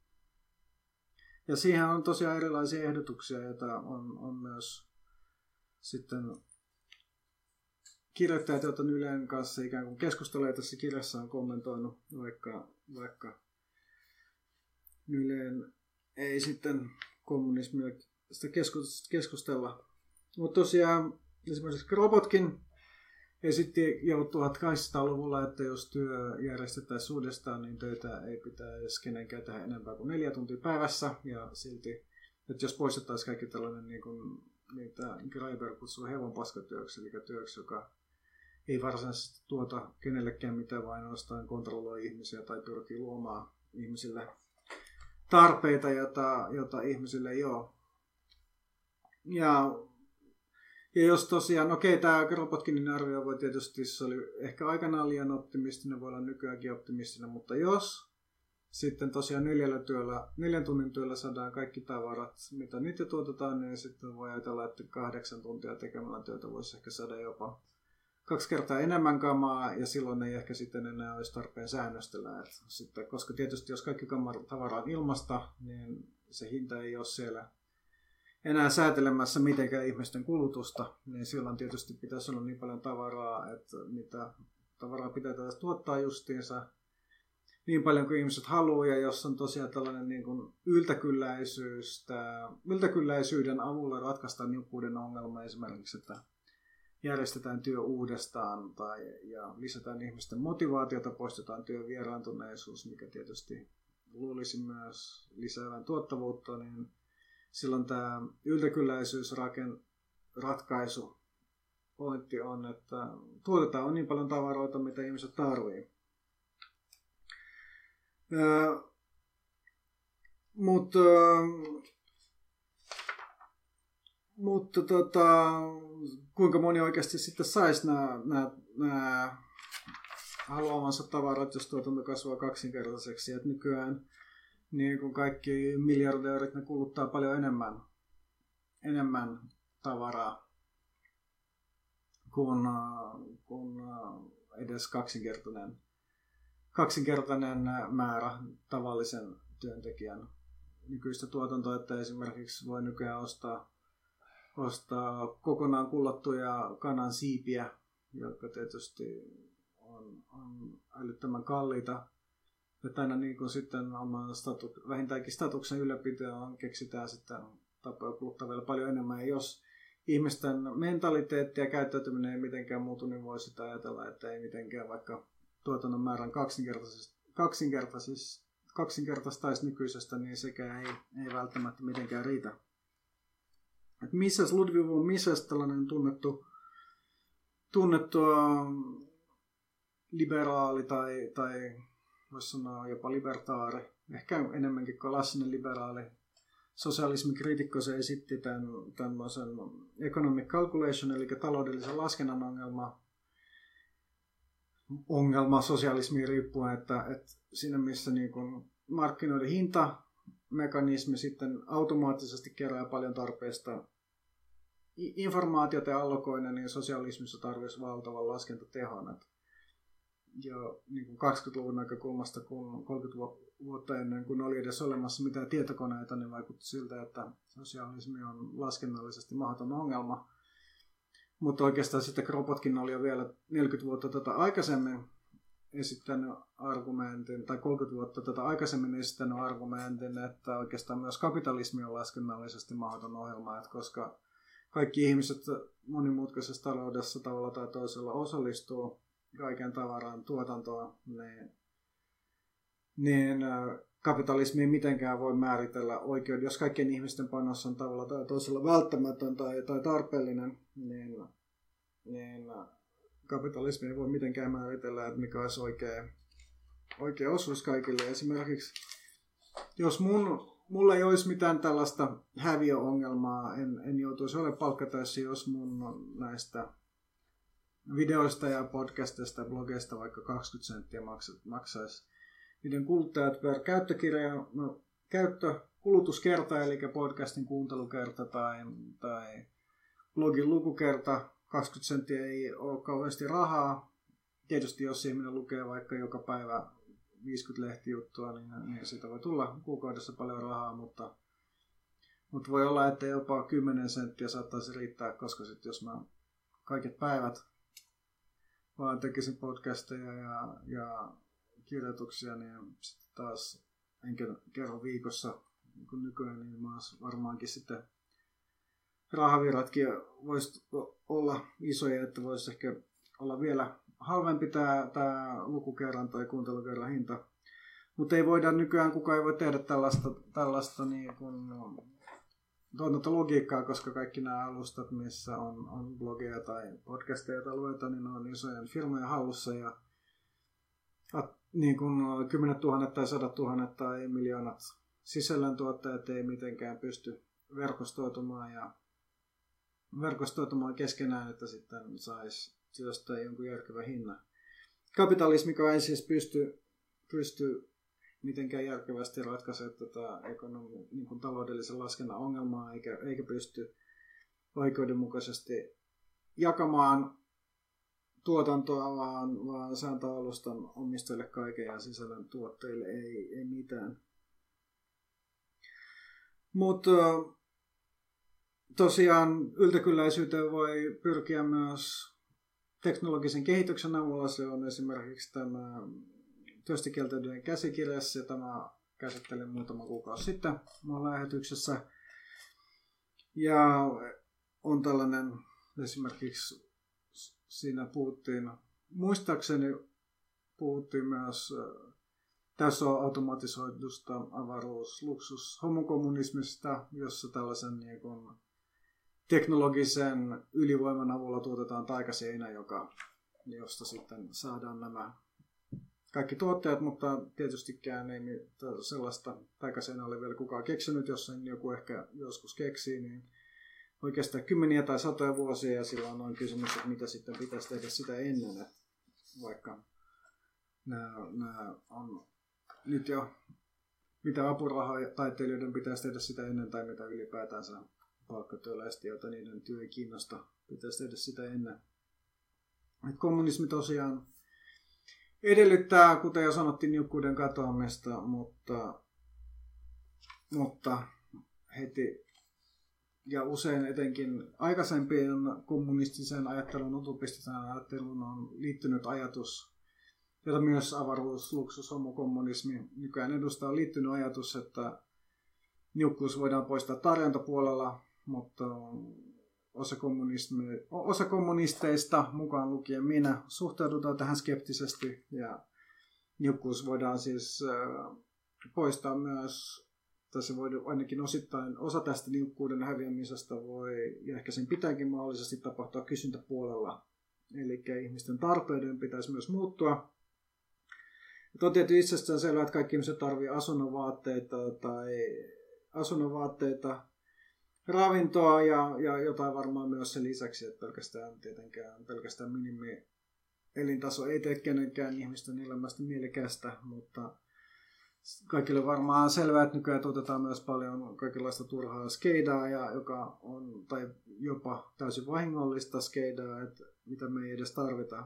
Ja siihen on tosiaan erilaisia ehdotuksia, joita on myös sitten kirjoittajat, joita Ylen kanssa ikään kuin keskustelee tässä kirjassa, on kommentoinut, vaikka Yleen ei sitten kommunismia sitä keskustella. Mutta tosiaan esimerkiksi Kropotkin esitti jo 1800-luvulla, että jos työ järjestettäisiin uudestaan, niin töitä ei pitäisi kenenkään tehdä enempää kuin 4 tuntia päivässä. Ja silti, että jos poistettaisiin kaikki tällainen, niin kuin, mitä Greiber kutsuu hevonpaskatyöksi, eli työksi, joka ei varsinaisesti tuota kenellekään mitään, vaan ainoastaan kontrolloi ihmisiä tai pyrkii luomaan ihmisille tarpeita, jota ihmisille ei ole. Ja jos tosiaan, tämä Kropotkinin arvio voi tietysti, se oli ehkä aikanaan liian optimistinen, voi olla nykyäänkin optimistinen, mutta jos sitten tosiaan 4 tunnin työllä saadaan kaikki tavarat, mitä niitä tuotetaan, niin sitten voi ajatella, että 8 tuntia tekemällä työtä voisi ehkä saada jopa 2 kertaa enemmän kamaa, ja silloin ei ehkä sitten enää olisi tarpeen säännöstellä. Sitten, koska tietysti jos kaikki tavara on ilmasta, niin se hinta ei ole siellä enää säätelemässä mitenkään ihmisten kulutusta, niin silloin tietysti pitäisi olla niin paljon tavaraa, että mitä tavaraa pitää tuottaa justiinsa niin paljon kuin ihmiset haluaa, ja jos on tosiaan tällainen niin kuin yltäkylläisyyden avulla ratkaistaan niukkuuden ongelma esimerkiksi, että järjestetään työ uudestaan ja lisätään ihmisten motivaatiota, poistetaan työn vieraantuneisuus, mikä tietysti luulisi myös lisäävän tuottavuutta, niin silloin tämä yltäkylläisyysratkaisu pointti on, että tuotetaan niin paljon tavaroita, mitä ihmiset tarvitsee. Mutta kuinka moni oikeasti sitten saisi nämä haluamansa tavarat, jos tuotanto kasvaa kaksinkertaiseksi. Et nykyään niin kun kaikki miljardöörit, ne kuluttaa paljon enemmän tavaraa kuin edes kaksinkertainen määrä tavallisen työntekijän nykyistä tuotantoa, että esimerkiksi voi nykyään ostaa kokonaan kullattuja kanan siipiä, jotka tietysti on älyttömän kalliita. Että aina niin kuin sitten oman vähintäänkin statuksen ylläpitoon keksitään sitten tapoja kuluttaa vielä paljon enemmän. Ja jos ihmisten mentaliteetti ja käyttäytyminen ei mitenkään muutu, niin voi sitä ajatella, että ei mitenkään vaikka tuotannon määrän kaksinkertaistaisi nykyisestä, niin sekään ei välttämättä mitenkään riitä. Et Mises, Ludwig von Mises, tällainen tunnettu liberaali tai voisi sanoa jopa libertaari, ehkä enemmänkin klassinen liberaali sosialismin kriitikko, se esitti tämmöisen economic calculation, eli taloudellisen laskennan ongelma sosialismiin riippuen, että siinä missä niin kun markkinoiden hintamekanismi sitten automaattisesti kerää paljon tarpeesta informaatiota allokoinen, niin sosialismissa tarvitsisi valtavan laskentatehon. Ja niin kuin 20-luvun näkökulmasta, kun 30 vuotta ennen kuin oli edes olemassa mitään tietokoneita, niin vaikutti siltä, että sosialismi on laskennallisesti mahdoton ongelma. Mutta oikeastaan sitten Kropotkin oli jo vielä 40 vuotta aikaisemmin esittänyt argumentin, tai 30 vuotta aikaisemmin esittänyt argumentin, että oikeastaan myös kapitalismi on laskennallisesti mahdoton ohjelma, että koska kaikki ihmiset monimutkaisessa taloudessa tavalla tai toisella osallistuu kaiken tavaran tuotantoon, niin kapitalismi ei mitenkään voi määritellä oikeuden. Jos kaikkien ihmisten panos on tavalla tai toisella välttämätön tai tarpeellinen, niin kapitalismi ei voi mitenkään määritellä, että mikä olisi oikea osuus kaikille. Esimerkiksi jos mulla ei olisi mitään tällaista häviöongelmaa, en joutuisi olemaan palkkatöissä, jos mun näistä videoista ja podcasteista ja blogeista vaikka 20 senttiä maksaisi niiden kuluttajat per käyttökirja. No, kulutuskerta, eli podcastin kuuntelukerta tai blogin lukukerta, 20 senttiä ei ole kauheasti rahaa. Tietysti jos ihminen lukee vaikka joka päivä 50 lehtijuttua, niin siitä voi tulla kuukaudessa paljon rahaa, mutta voi olla, että jopa 10 senttiä saattaisi riittää, koska sitten jos mä kaiket päivät vaan tekisin podcasteja ja kirjoituksia, niin sitten taas enkä kerran viikossa niin kuin nykyään, niin mä varmaankin sitten rahavirratkin voisi olla isoja, että voisi ehkä olla vielä halvempi tämä lukukerran tai kuuntelukerran hinta. Mutta ei voida nykyään, kukaan ei voi tehdä tällaista niin kuin tuotantologiikkaa, koska kaikki nämä alustat, missä on blogeja tai podcasteja, joita luetaan, niin ne on isojen firmojen hallussa ja niin kuin 10 000 tai 100 000 tai miljoonat sisällöntuottajat ei mitenkään pysty verkostoitumaan keskenään, että sitten saisi jostain jonkun järkevän hinnan. Kapitalismikaan ei siis pysty mitenkään järkevästi ratkaisemaan tätä niin kuin taloudellisen laskennan ongelmaa, eikä pysty oikeudenmukaisesti jakamaan tuotantoa, vaan se antaa alustan omistajille kaiken ja sisällön tuottajille ei mitään. Mutta tosiaan yltäkylläisyyteen voi pyrkiä myös teknologisen kehityksen avulla. Se on esimerkiksi tämä työstikieltäytyjen käsikirjassa, jota mä käsittelin muutama kuukausi sitten mun lähetyksessä. Ja on tällainen, esimerkiksi siinä muistaakseni puhuttiin myös täysautomatisoidusta avaruusluksus-homokommunismista, jossa tällaisen niin kuin teknologisen ylivoiman avulla tuotetaan taikaseinä, josta sitten saadaan nämä kaikki tuotteet, mutta tietystikään ei sellaista taikaseinää ole vielä kukaan keksinyt, jos sen joku ehkä joskus keksii, niin oikeastaan kymmeniä tai satoja vuosia, ja silloin on kysymys, että mitä sitten pitäisi tehdä sitä ennen, että vaikka nämä on nyt jo, mitä apurahataiteilijoiden pitäisi tehdä sitä ennen, tai mitä ylipäätänsä palkkatyöläiset, joita niiden työ ei kiinnosta, pitäisi tehdä sitä ennen. Et kommunismi tosiaan edellyttää, kuten jo sanottiin, niukkuuden katoamista, mutta heti ja usein etenkin aikaisempien kommunistisen ajattelun, utopistisen ajattelun on liittynyt ajatus, jota myös avaruus, luksus, homokommunismi nykyään edustaa, on liittynyt ajatus, että niukkuus voidaan poistaa tarjontapuolella, mutta osa kommunisteista, mukaan lukien minä, suhtaudutaan tähän skeptisesti ja niukkuus voidaan siis poistaa myös, tai se voi ainakin osittain, osa tästä niukkuuden häviämisestä voi, ja ehkä sen pitääkin mahdollisesti tapahtua kysyntäpuolella. Eli ihmisten tarpeiden pitäisi myös muuttua. Ja on tietysti itsestään selvää, että kaikki ihmiset tarvitsevat asunnonvaatteita, ravintoa ja jotain varmaan myös sen lisäksi, että pelkästään minimi elintaso ei tee kenenkään ihmisten elämästä mielekästä, mutta kaikille varmaan selvää, että nykyään tuotetaan myös paljon kaikenlaista turhaa skeidaa, joka on, tai jopa täysin vahingollista skeidaa, että mitä me ei edes tarvita.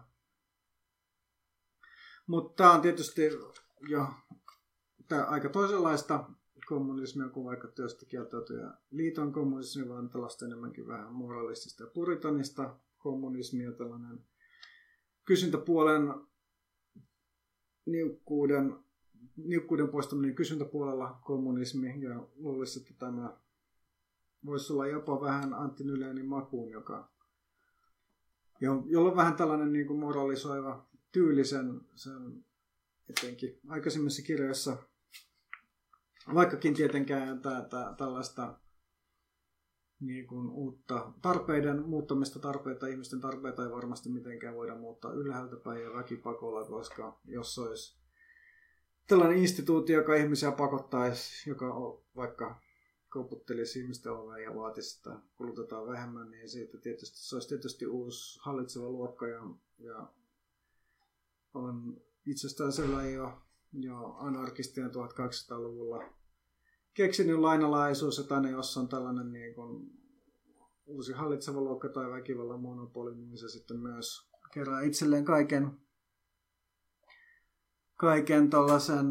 Mutta tämä on tietysti jo aika toisenlaista kommunismia kuin vaikka työstä kieltäytyjä liiton kommunismi, vaan tällaista enemmänkin vähän moralistista ja puritanista kommunismia, tällainen kysyntäpuolen niukkuuden poistaminen kysyntäpuolella kommunismi, ja luulisi, että tämä voisi olla jopa vähän Antti Nylénin makuun, jolla on vähän tällainen niin kuin moralisoiva tyyli sen etenkin aikaisemmissa kirjoissa, vaikkakin tietenkään tällaista niin kuin uutta tarpeiden muuttamista, ihmisten tarpeita ei varmasti mitenkään voida muuttaa ylhäältä päin ja väkipakolla, koska jos olisi tällainen instituutio, joka ihmisiä pakottaisi, joka vaikka koputtelisi ihmisten oveen ja vaatisi, että kulutetaan vähemmän, niin siitä tietysti, se olisi tietysti uusi hallitseva luokka ja on itsestään sellainen jo anarkistien 1800-luvulla keksinyt lainalaisuus, että aina jos on tällainen niin kuin uusi hallitseva luokka tai väkivallan monopoli, niin se sitten myös kerää itselleen kaiken tollasen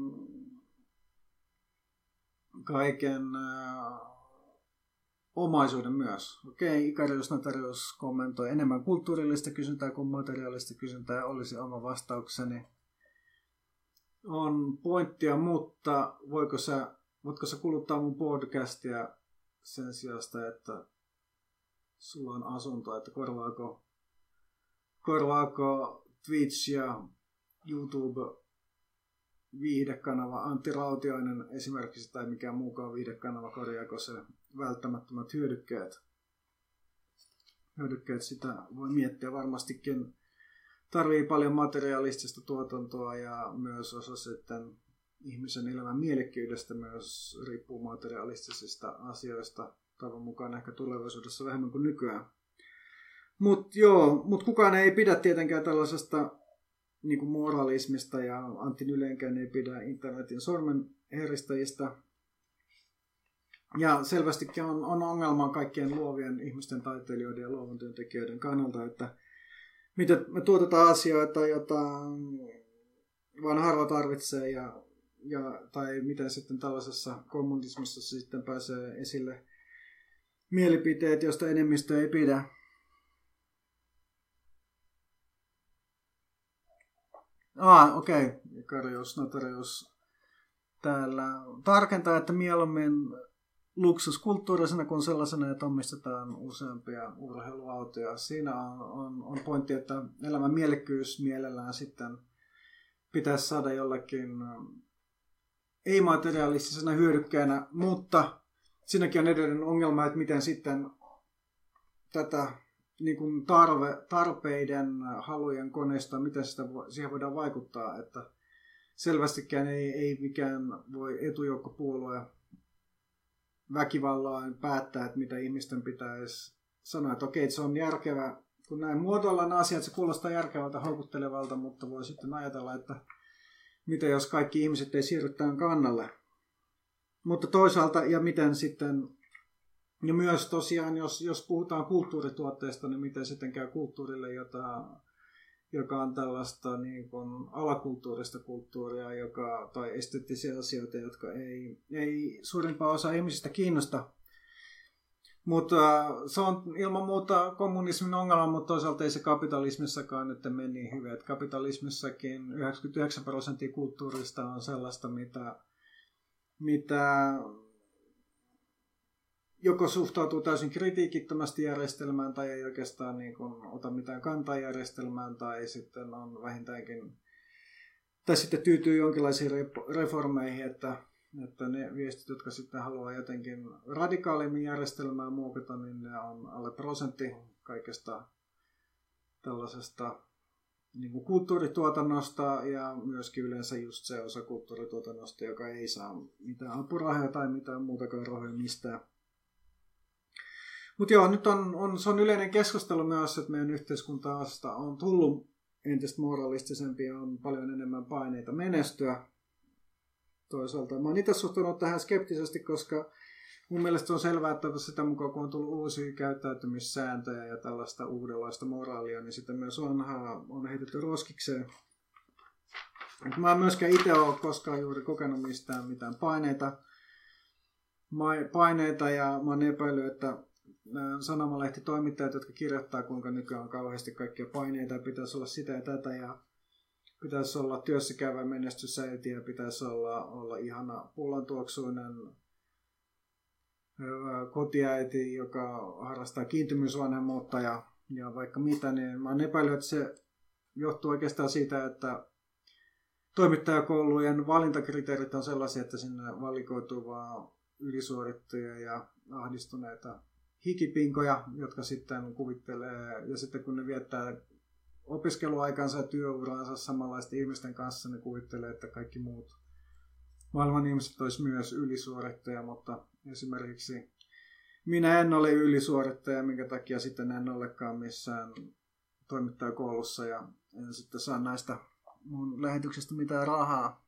omaisuuden myös. Okei, Ikarius Notarius kommentoi enemmän kulttuurillista kysyntää kuin materiaalista kysyntää, olisi oma vastaukseni. On pointtia, mutta voitko sä kuluttaa mun podcastia sen sijasta, että sulla on asunto, että korvaako Twitch ja YouTube viihdekanava Antti Rautiainen esimerkiksi tai mikään muukaan viihdekanava, korjaako se välttämättömät hyödykkeet. Sitä voi miettiä varmastikin. Tarvii paljon materialistista tuotantoa ja myös osa sitten ihmisen elämän mielekkyydestä myös riippuu materialistisista asioista. Toivon mukaan ehkä tulevaisuudessa vähemmän kuin nykyään. Mutta kukaan ei pidä tietenkään tällaisesta niin kuin moralismista ja Antti Nylénkään ei pidä internetin sormenheristäjistä. Ja selvästikin on ongelma kaikkien luovien ihmisten, taiteilijoiden ja luovan työntekijöiden kannalta, että miten me tuotetaan asioita, joita vain harva tarvitsee tai miten sitten tällaisessa kommunismissa sitten pääsee esille mielipiteet, joista enemmistö ei pidä. Okei. Ikarius Notarius täällä tarkentaa, että mieluummin luksuskulttuurisena kuin sellaisena, että omistetaan useampia urheiluautoja. Siinä on pointti, että elämän mielekkyys mielellään sitten pitäisi saada jollakin ei-materialistisena hyödykkeenä, mutta siinäkin on edelleen ongelma, että miten sitten tätä niin kuin tarpeiden, halujen koneistoa, miten siihen voidaan vaikuttaa, että selvästikään ei mikään voi etujoukkopuolue väkivallaan päättää, että mitä ihmisten pitäisi sanoa, että okei, että se on järkevä, kun näin muotoillaan asiat, se kuulostaa järkevältä, houkuttelevalta, mutta voi sitten ajatella, että mitä jos kaikki ihmiset ei siirry tämän kannalle. Mutta toisaalta, ja miten sitten, ja myös tosiaan, jos puhutaan kulttuurituotteista, niin miten sitten käy kulttuurille, joka on tällaista niin kuin alakulttuurista kulttuuria, tai esteettisiä asioita, jotka ei suurimpaa osa ihmisistä kiinnosta. Mutta se on ilman muuta kommunismin ongelma, mutta toisaalta ei se kapitalismissakaan nyt mene niin hyvin. Että kapitalismissakin 99% kulttuurista on sellaista, mitä joko suhtautuu täysin kritiikittömästi järjestelmään tai ei oikeastaan niin kuin ota mitään kantaa järjestelmään tai sitten on vähintäänkin tai sitten tyytyy jonkinlaisiin reformeihin, että ne viestit, jotka sitten haluaa jotenkin radikaalimmin järjestelmää muokata, niin ne on alle prosentti kaikesta tällaisesta niin kuin kulttuurituotannosta ja myöskin yleensä just se osa kulttuurituotannosta, joka ei saa mitään apurahoja tai mitään muutakaan rahoja mistään. Mutta joo, nyt se on yleinen keskustelu myös, että meidän yhteiskuntaasta on tullut entistä moralistisempi ja on paljon enemmän paineita menestyä. toisaalta. Mä oon itse suhtunut tähän skeptisesti, koska mun mielestä on selvää, että sitä mukaan kun on tullut uusia käyttäytymissääntöjä ja tällaista uudenlaista moraalia, niin sitä myös on heitetty roskikseen. Mä en myöskään itse ole koskaan juuri kokenut mistään mitään paineita ja mä oon epäillyt, että sanomalehtitoimittajat, jotka kirjoittaa, kuinka nykyään on kauheasti kaikkia paineita ja pitäisi olla sitä ja tätä ja pitäisi olla työssäkäyvä menestysäiti ja pitäisi olla ihana pullantuoksuinen kotiäiti, joka harrastaa kiintymysvanhemmuutta ja vaikka mitä, niin mä oon epäillyt, että se johtuu oikeastaan siitä, että toimittajakoulujen valintakriteerit on sellaisia, että sinne valikoituu vaan ylisuorittajia ja ahdistuneita hikipinkoja, jotka sitten kuvittelee, ja sitten kun ne viettää opiskeluaikansa ja työuransa samanlaisten ihmisten kanssa, ne kuvittelee, että kaikki muut maailman ihmiset olisi myös ylisuorittaja, mutta esimerkiksi minä en ole ylisuorittaja, minkä takia sitten en olekaan missään toimittajakoulussa ja en sitten saa näistä mun lähetyksestä mitään rahaa.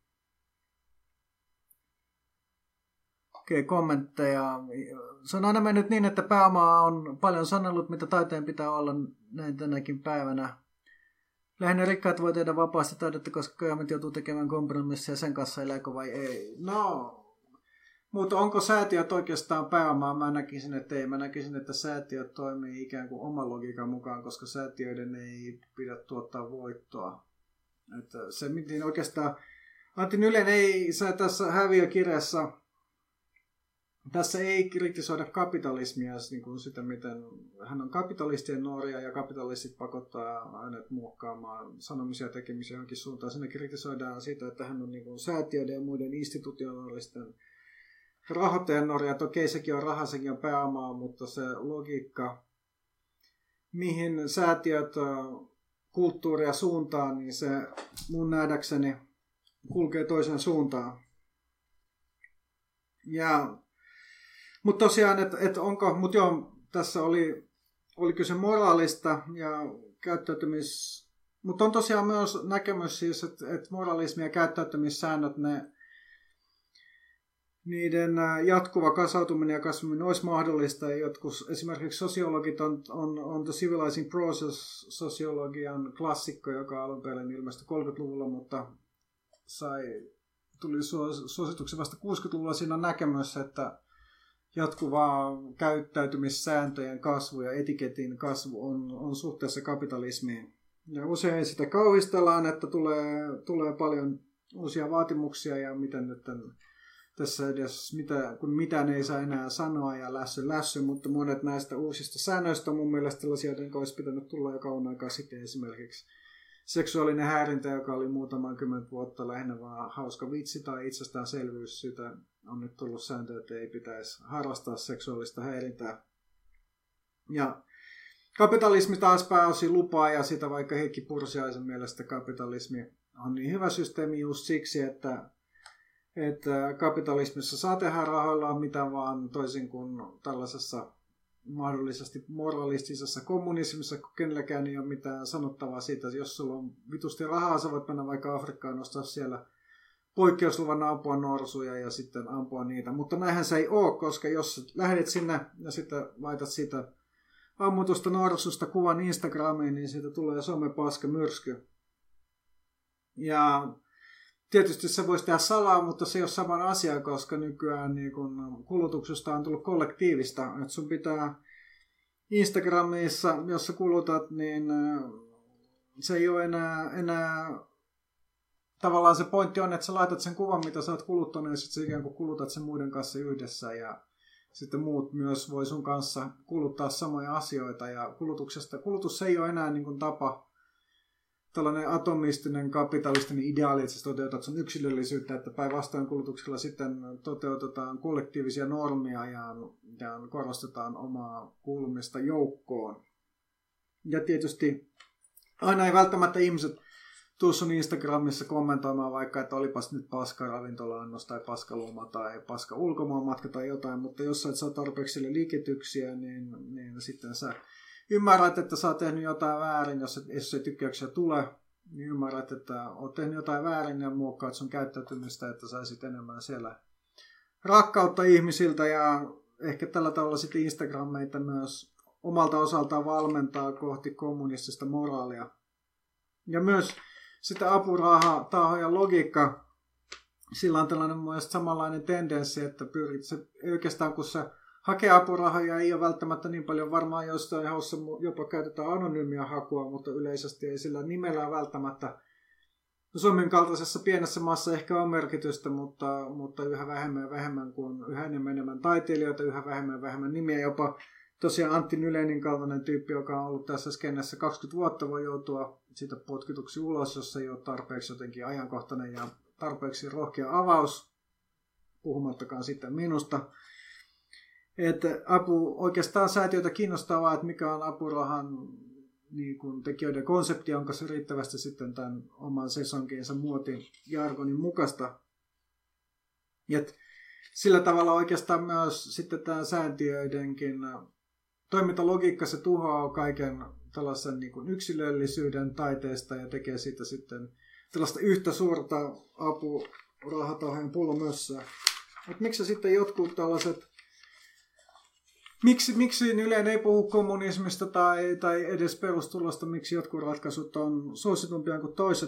Okei, kommentteja. Se on aina mennyt niin, että pääoma on paljon sanellut, mitä taiteen pitää olla näin tänäkin päivänä. Lähinnä rikkaat voi tehdä vapaasti taidetta, koska köyhät joutuu tekemään kompromisseja sen kanssa, elääkö vai ei. No, mutta onko säätiöt oikeastaan pääomaa? Mä näkisin, että ei. Mä näkisin, että säätiöt toimii ikään kuin oman logiikan mukaan, koska säätiöiden ei pidä tuottaa voittoa. Että se miten oikeastaan Antti Nylen ei tässä häviökirjassa tässä ei kritisoida kapitalismia niin kuin sitä, miten hän on kapitalistien nuoria ja kapitalistit pakottaa hänet muokkaamaan sanomisia ja tekemisiä johonkin suuntaan. Siinä kritisoidaan sitä, että hän on niin kuin säätiöiden ja muiden institutionaalisten rahoittajan nuoria. Että okei, sekin on raha, sekin on pääomaa, mutta se logiikka, mihin säätiöt kulttuuria suuntaan, niin se mun nähdäkseni kulkee toisen suuntaan. Mutta tosiaan, että onko, mutta joo, tässä oli kyse moraalista ja mutta on tosiaan myös näkemys siis, että moralismi ja käyttäytymissäännöt, niiden jatkuva kasautuminen ja kasvaminen olisi mahdollista. Ja jotkut esimerkiksi sosiologit on The Civilizing Process-sosiologian klassikko, joka alun perin ilmestyi 30-luvulla, mutta tuli suosituksen vasta 60-luvulla. Siinä on näkemys, että jatkuvaa käyttäytymissääntöjen kasvu ja etiketin kasvu on suhteessa kapitalismiin. Ja usein sitä kauhistellaan, että tulee paljon uusia vaatimuksia ja miten nyt tässä edes kun mitään ei saa enää sanoa ja lässy, mutta monet näistä uusista säännöistä on mun mielestä sellaisia, joiden olisi pitänyt tulla jo kauan aikaa sitten esimerkiksi seksuaalinen häirintä, joka oli muutaman 10 vuotta lähinnä vaan hauska vitsi tai itsestäänselvyys. Sitä on nyt tullut sääntö, että ei pitäisi harrastaa seksuaalista häirintää. Ja kapitalismi taas pääosin lupaa, ja sitä vaikka Heikki Pursiaisen mielestä kapitalismi on niin hyvä systeemi just siksi, että kapitalismissa saa tehdä rahoillaan mitä vaan, toisin kuin tällaisessa mahdollisesti moralistisessa kommunismissa, kun kenelläkään ei ole mitään sanottavaa siitä, että jos sulla on vitusti rahaa, sä voit mennä vaikka Afrikkaan, nostaa siellä poikkeusluvan ampua norsuja ja sitten ampua niitä. Mutta näinhän se ei ole, koska jos lähdet sinne ja sitten laitat sitä ammutusta norsusta kuvan Instagramiin, niin siitä tulee somepaska myrsky. Ja tietysti se voisi tehdä salaa, mutta se ei ole sama asia, koska nykyään niin kun kulutuksesta on tullut kollektiivista. Että sun pitää Instagramissa, jos sä kulutat, niin se ei ole enää tavallaan se pointti on, että sä laitat sen kuvan, mitä sä oot kuluttanut, ja sitten sä ikään kuin kulutat sen muiden kanssa yhdessä, ja sitten muut myös voi sun kanssa kuluttaa samoja asioita, ja kulutus ei ole enää niin kuin tapa, tällainen atomistinen, kapitalistinen ideaali, että sä toteutat sun yksilöllisyyttä, että päinvastoin kulutuksella sitten toteutetaan kollektiivisia normeja ja korostetaan omaa kuulumista joukkoon. Ja tietysti aina ei välttämättä ihmiset tuu sun Instagramissa kommentoimaan vaikka, että olipas nyt paska ravintola-annos tai paska loma tai paska ulkomaanmatka tai jotain, mutta jos sä et saa tarpeeksi sille liiketyksiä, niin sitten sä ymmärrät, että sä oot tehnyt jotain väärin, jos ei tykkäyksiä tule. niin ymmärrät, että olet tehnyt jotain väärin ja muokkaat sun käyttäytymistä, että saisit enemmän siellä rakkautta ihmisiltä ja ehkä tällä tavalla sitten Instagram meitä myös omalta osaltaan valmentaa kohti kommunistista moraalia. Ja myös sitä apurahatahojen logiikka, sillä on tällainen mun mielestä samanlainen tendenssi, että pyrit se oikeastaan kun se hakee apurahoja, ei ole välttämättä niin paljon, varmaan jostain haussa jopa käytetään anonyymiä hakua, mutta yleisesti ei sillä nimellä välttämättä. Suomen kaltaisessa pienessä maassa ehkä on merkitystä, mutta yhä vähemmän ja vähemmän, kun yhä enemmän taiteilijoita, yhä vähemmän nimiä. Jopa tosiaan Antti Nylenin kaltainen tyyppi, joka on ollut tässä skennessä 20 vuotta, voi joutua siitä potkituksi ulos, jos ei ole tarpeeksi jotenkin ajankohtainen ja tarpeeksi rohkea avaus, puhumattakaan sitten minusta. Että oikeastaan säätiöitä kiinnostaa vaan, että mikä on apurahan niin kuin tekijöiden konsepti, onko se riittävästi sitten tämän oman sesonkiinsa muotijargonin mukaista. Et sillä tavalla oikeastaan myös sitten tämän säätiöidenkin toimintalogiikka, se tuhoaa kaiken tällaisen niin kuin yksilöllisyyden taiteesta ja tekee siitä sitten tällaista yhtä suurta apurahatahojen pullomössöä. Miksi sitten jotkut tällaiset Miksi Yleen ei puhu kommunismista tai edes perustulosta, miksi jotkut ratkaisut on suositumpia kuin toiset?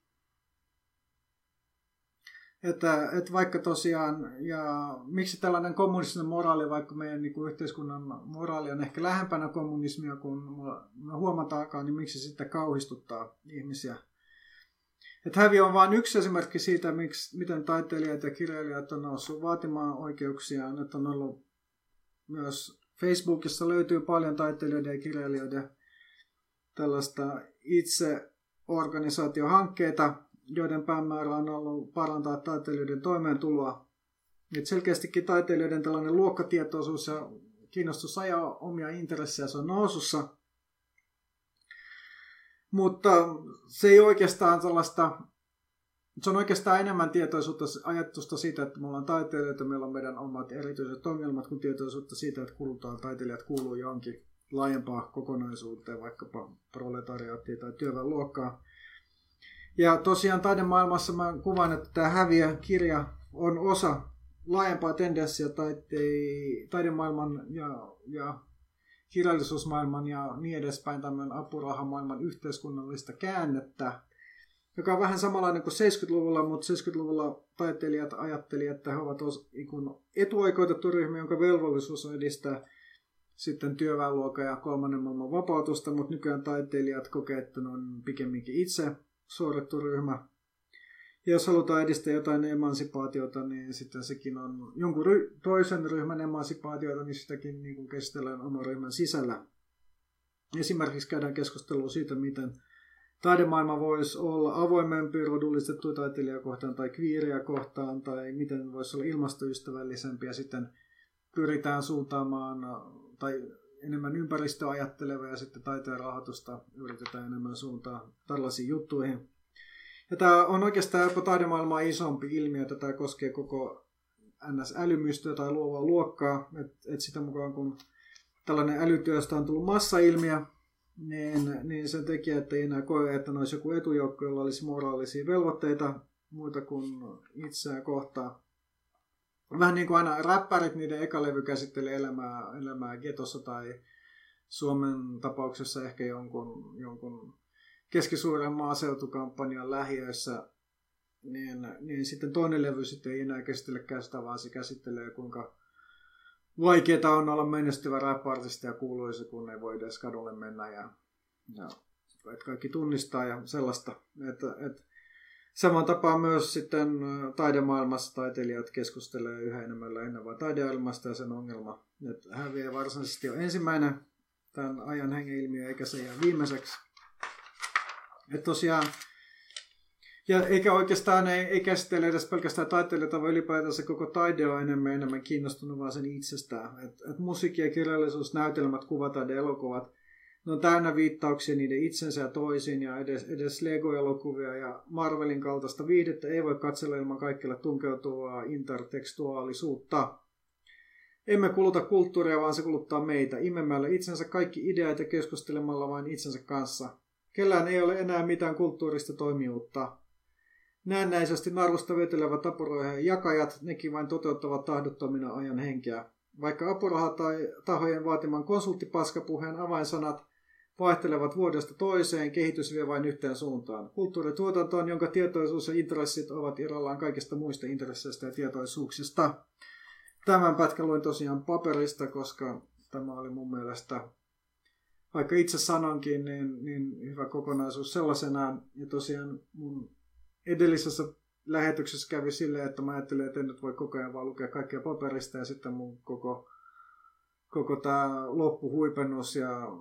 Että vaikka tosiaan, ja miksi tällainen kommunistinen moraali, vaikka meidän niin kuin yhteiskunnan moraali on ehkä lähempänä kommunismia kuin me huomataankaan, niin miksi se sitten kauhistuttaa ihmisiä? Että häviö on vain yksi esimerkki siitä, miten taiteilijat ja kirjailijat on noussut vaatimaan oikeuksiaan, että on ollut myös Facebookissa löytyy paljon taiteilijoiden ja kirjailijoiden tällaista itseorganisaatiohankkeita, joiden päämäärä on ollut parantaa taiteilijoiden toimeentuloa. Et selkeästikin taiteilijoiden tällainen luokkatietoisuus ja kiinnostus ajaa omia intressejä, se on nousussa. Mutta se ei oikeastaan sellaista. Se on oikeastaan enemmän tietoisuutta ajatusta siitä, että me ollaan taiteilijoita, meillä on meidän omat erityiset ongelmat, kuin tietoisuutta siitä, että taiteilijat kuuluu johonkin laajempaan kokonaisuuteen, vaikkapa proletariaattiin tai työväenluokkaan. Ja tosiaan taidemaailmassa mä kuvaan, että tämä Häviö-kirja on osa laajempaa tendenssiä taidemaailman ja kirjallisuusmaailman ja niin edespäin tämmöinen apurahamaailman yhteiskunnallista käännettä, joka on vähän samanlainen kuin 70-luvulla, mutta 70-luvulla taiteilijat ajattelivat, että he ovat etuoikeutettu ryhmä, jonka velvollisuus on edistää sitten työväenluokan ja kolmannen maailman vapautusta, mutta nykyään taiteilijat kokee, että ne on pikemminkin itse suorittu ryhmä. Ja jos halutaan edistää jotain emansipaatiota, niin sitten sekin on jonkun toisen ryhmän emansipaatiota, niin sitäkin niin kuin käsitellään oman ryhmän sisällä. Esimerkiksi käydään keskustelua siitä, miten taidemaailma voisi olla avoimempi rodullistettuja taiteilijakohtaan tai kviiriä kohtaan, tai miten voisi olla ilmastoystävällisempi, ja sitten pyritään suuntaamaan tai enemmän ympäristöä ajattelevaa, ja sitten taiteen rahoitusta yritetään enemmän suuntaa tällaisiin juttuihin. Ja tämä on oikeastaan jopa taidemaailmaa isompi ilmiö, että tämä koskee koko NS-älymystöä tai luovaa luokkaa, että sitä mukaan kun tällainen älytyöstä on tullut massailmiö, niin sen tekijät ei enää koe, että ne olisi joku etujoukko, jolla olisi moraalisia velvoitteita muita kuin itseään kohtaan. Vähän niin kuin aina räppärit, niiden eka levy käsittelee elämää getossa tai Suomen tapauksessa ehkä jonkun keskisuuren maaseutukampanjan lähiöissä, niin sitten toinen levy sitten ei enää käsittelekään sitä, vaan se käsittelee kuinka vaikeaa on olla menestyvä rap-artisti ja kuuluisa, kun ei voi edes kadulle mennä ja että kaikki tunnistaa ja sellaista. Et saman tapaan myös sitten taidemaailmassa taiteilijat keskustelee yhä enemmän lähinnä vain taideilmasta ja sen ongelma. Että Häviö varsinaisesti on ensimmäinen tämän ajan hengen-ilmiö eikä se jää viimeiseksi. Että tosiaan, ja eikä oikeastaan ei käsittele edes pelkästään taiteilijoita, vaan ylipäätänsä koko taide on enemmän kiinnostunut vaan sen itsestään. Et musiikki ja kirjallisuus, näytelmät, kuvat ja elokuvat, ne on täynnä viittauksia niiden itsensä ja toisiin, ja edes Lego-elokuvia ja Marvelin kaltaista viihdettä ei voi katsella ilman kaikille tunkeutuvaa intertekstuaalisuutta. Emme kuluta kulttuuria, vaan se kuluttaa meitä, imemällä itsensä kaikki ideat ja keskustelemalla vain itsensä kanssa. Kellään ei ole enää mitään kulttuurista toimijuutta. Näennäisesti narusta vetelevät apurahojen jakajat, nekin vain toteuttavat tahdottomina ajan henkeä. Vaikka apuraha tai tahojen vaatiman konsulttipaskapuheen avainsanat vaihtelevat vuodesta toiseen, kehitys vie vain yhteen suuntaan. Kulttuurituotantoon, jonka tietoisuus ja intressit ovat irrallaan kaikista muista intresseistä ja tietoisuuksista. Tämän pätkän luin tosiaan paperista, koska tämä oli mun mielestä, vaikka itse sanonkin, niin hyvä kokonaisuus sellaisenaan. Ja tosiaan mun edellisessä lähetyksessä kävi silleen, että mä ajattelin, että en nyt voi koko ajan vaan lukea kaikkea paperista, ja sitten mun koko tämä loppuhuipennus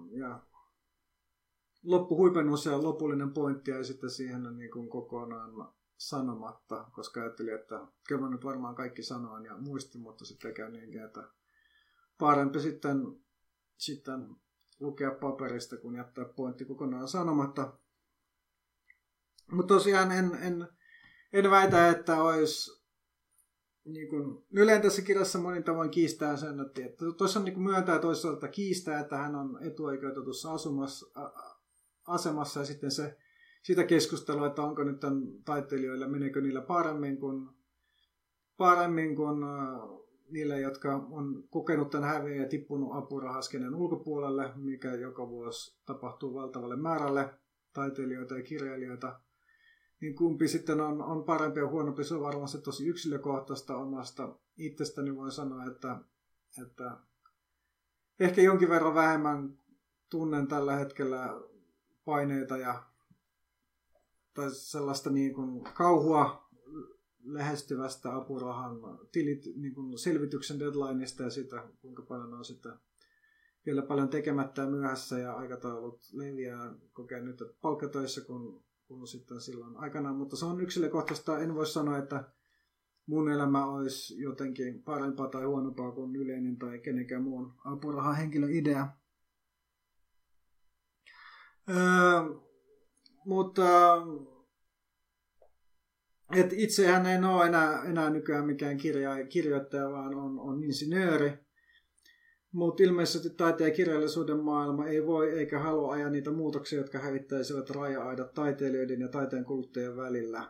ja lopullinen pointti ja sitten siihen niin kuin kokonaan sanomatta, koska ajattelin, että kyllä mä nyt varmaan kaikki sanoin ja muistin, mutta sitten käy niinkin, että parempi sitten lukea paperista, kun jättää pointti kokonaan sanomatta. Mutta tosiaan en väitä, että olisi, niin kuin Nylen tässä kirjassa monin tavoin kiistää sen, että tuossa on niin myöntää toisaalta kiistää, että hän on etuoikeutetussa asemassa ja sitten sitä keskustelua, että onko nyt taiteilijoilla, meneekö niillä paremmin kuin niille, jotka on kokenut tämän häviön ja tippunut apurahaskenen ulkopuolelle, mikä joka vuosi tapahtuu valtavalle määrälle taiteilijoita ja kirjailijoita. Niin kumpi sitten on parempi ja huonompi, se on varmasti tosi yksilökohtaista omasta itsestäni. Voin sanoa, että ehkä jonkin verran vähemmän tunnen tällä hetkellä paineita tai sellaista niin kuin kauhua lähestyvästä apurahan niin kuin selvityksen deadlineista ja sitä, kuinka paljon on sitten vielä paljon tekemättä ja myöhässä ja aikataulut leviää kokea nyt palkkatöissä kun sitten silloin aikanaan, mutta se on yksilökohtaista. En voi sanoa, että mun elämä olisi jotenkin parempaa tai huonompaa kuin yleinen tai kenenkään muun apurahan henkilöidea. Mutta itsehän en ole enää nykyään mikään kirjoittaja, vaan on insinööri. Mutta ilmeisesti taiteen ja kirjallisuuden maailma ei voi eikä halua ajaa niitä muutoksia, jotka hävittäisivät raja-aidat taiteilijoiden ja taiteen kuluttajien välillä.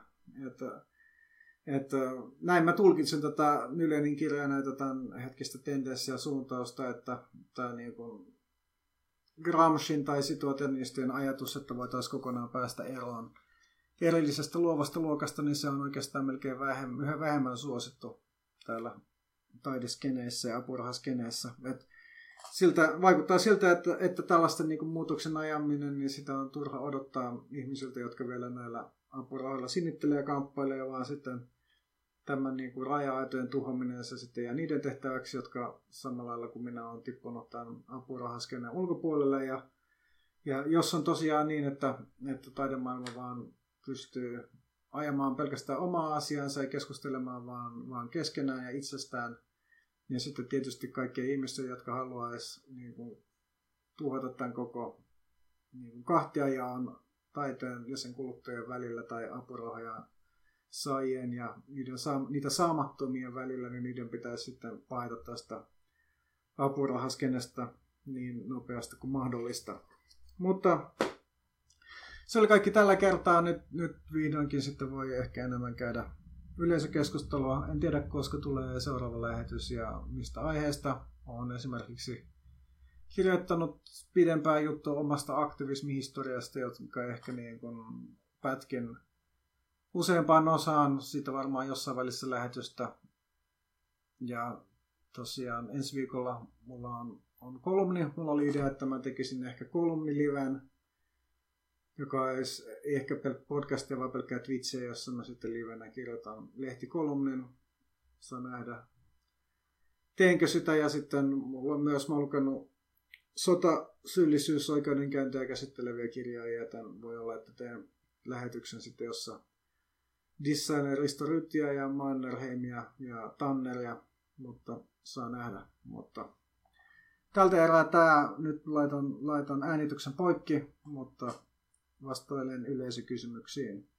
Että näin mä tulkitsen tätä Nylenin kirjaa, näitä tämän hetkistä tendenssiä suuntausta, että tämä niin kuin Gramsciin tai situationistien ajatus, että voitaisiin kokonaan päästä eroon erillisestä luovasta luokasta, niin se on oikeastaan melkein yhä vähemmän suosittu täällä taideskeneissä ja apurahaskeneissä. Vaikuttaa siltä, että tällaista niin kuin muutoksen ajaminen, niin sitä on turha odottaa ihmisiltä, jotka vielä näillä apurahoilla sinnittelee ja kamppailee, vaan sitten tämän niin kuin raja-aitojen tuhominen se sitten jää niiden tehtäväksi, jotka samalla lailla kuin minä olen tippunut tämän apurahaskeneen ulkopuolelle. Ja jos on tosiaan niin, että taidemaailma vaan pystyy ajamaan pelkästään omaa asiansa ja keskustelemaan vaan keskenään ja itsestään, ja sitten tietysti kaikkia ihmisiä, jotka haluaisi niin kuin tuhota tämän koko niin kuin kahtiajaon taiteen ja sen kuluttajien välillä tai apurahoja saajien ja niitä saamattomien välillä, niin niiden pitäisi sitten paeta tästä apurahaskenestä niin nopeasti kuin mahdollista. Mutta se oli kaikki tällä kertaa. Nyt vihdoinkin sitten voi ehkä enemmän käydä yleisökeskustelua. En tiedä, koska tulee seuraava lähetys ja mistä aiheesta. Olen esimerkiksi kirjoittanut pidempää juttua omasta aktivismihistoriasta, jotka ehkä niin kuin pätkin useampaan osaan. Siitä varmaan jossain välissä lähetystä. Ja tosiaan ensi viikolla mulla on kolumni. Mulla oli idea, että mä tekisin ehkä kolumniliven, joka olisi ehkä podcastia vai pelkkää Twitchiä, jossa mä sitten livenä kirjoitan lehtikolumnin. Saa nähdä, teenkö sitä. Ja sitten mulla on myös, mä lukenut sotasyyllisyysoikeudenkäyntiä käsitteleviä kirjoja, ja tämän voi olla, että teen lähetyksen sitten, jossa dissailen Risto Ryttiä ja Mannerheimia ja Tanneria, mutta saa nähdä. Mutta tältä erää tämä, nyt laitan äänityksen poikki, mutta vastailen yleisökysymyksiin.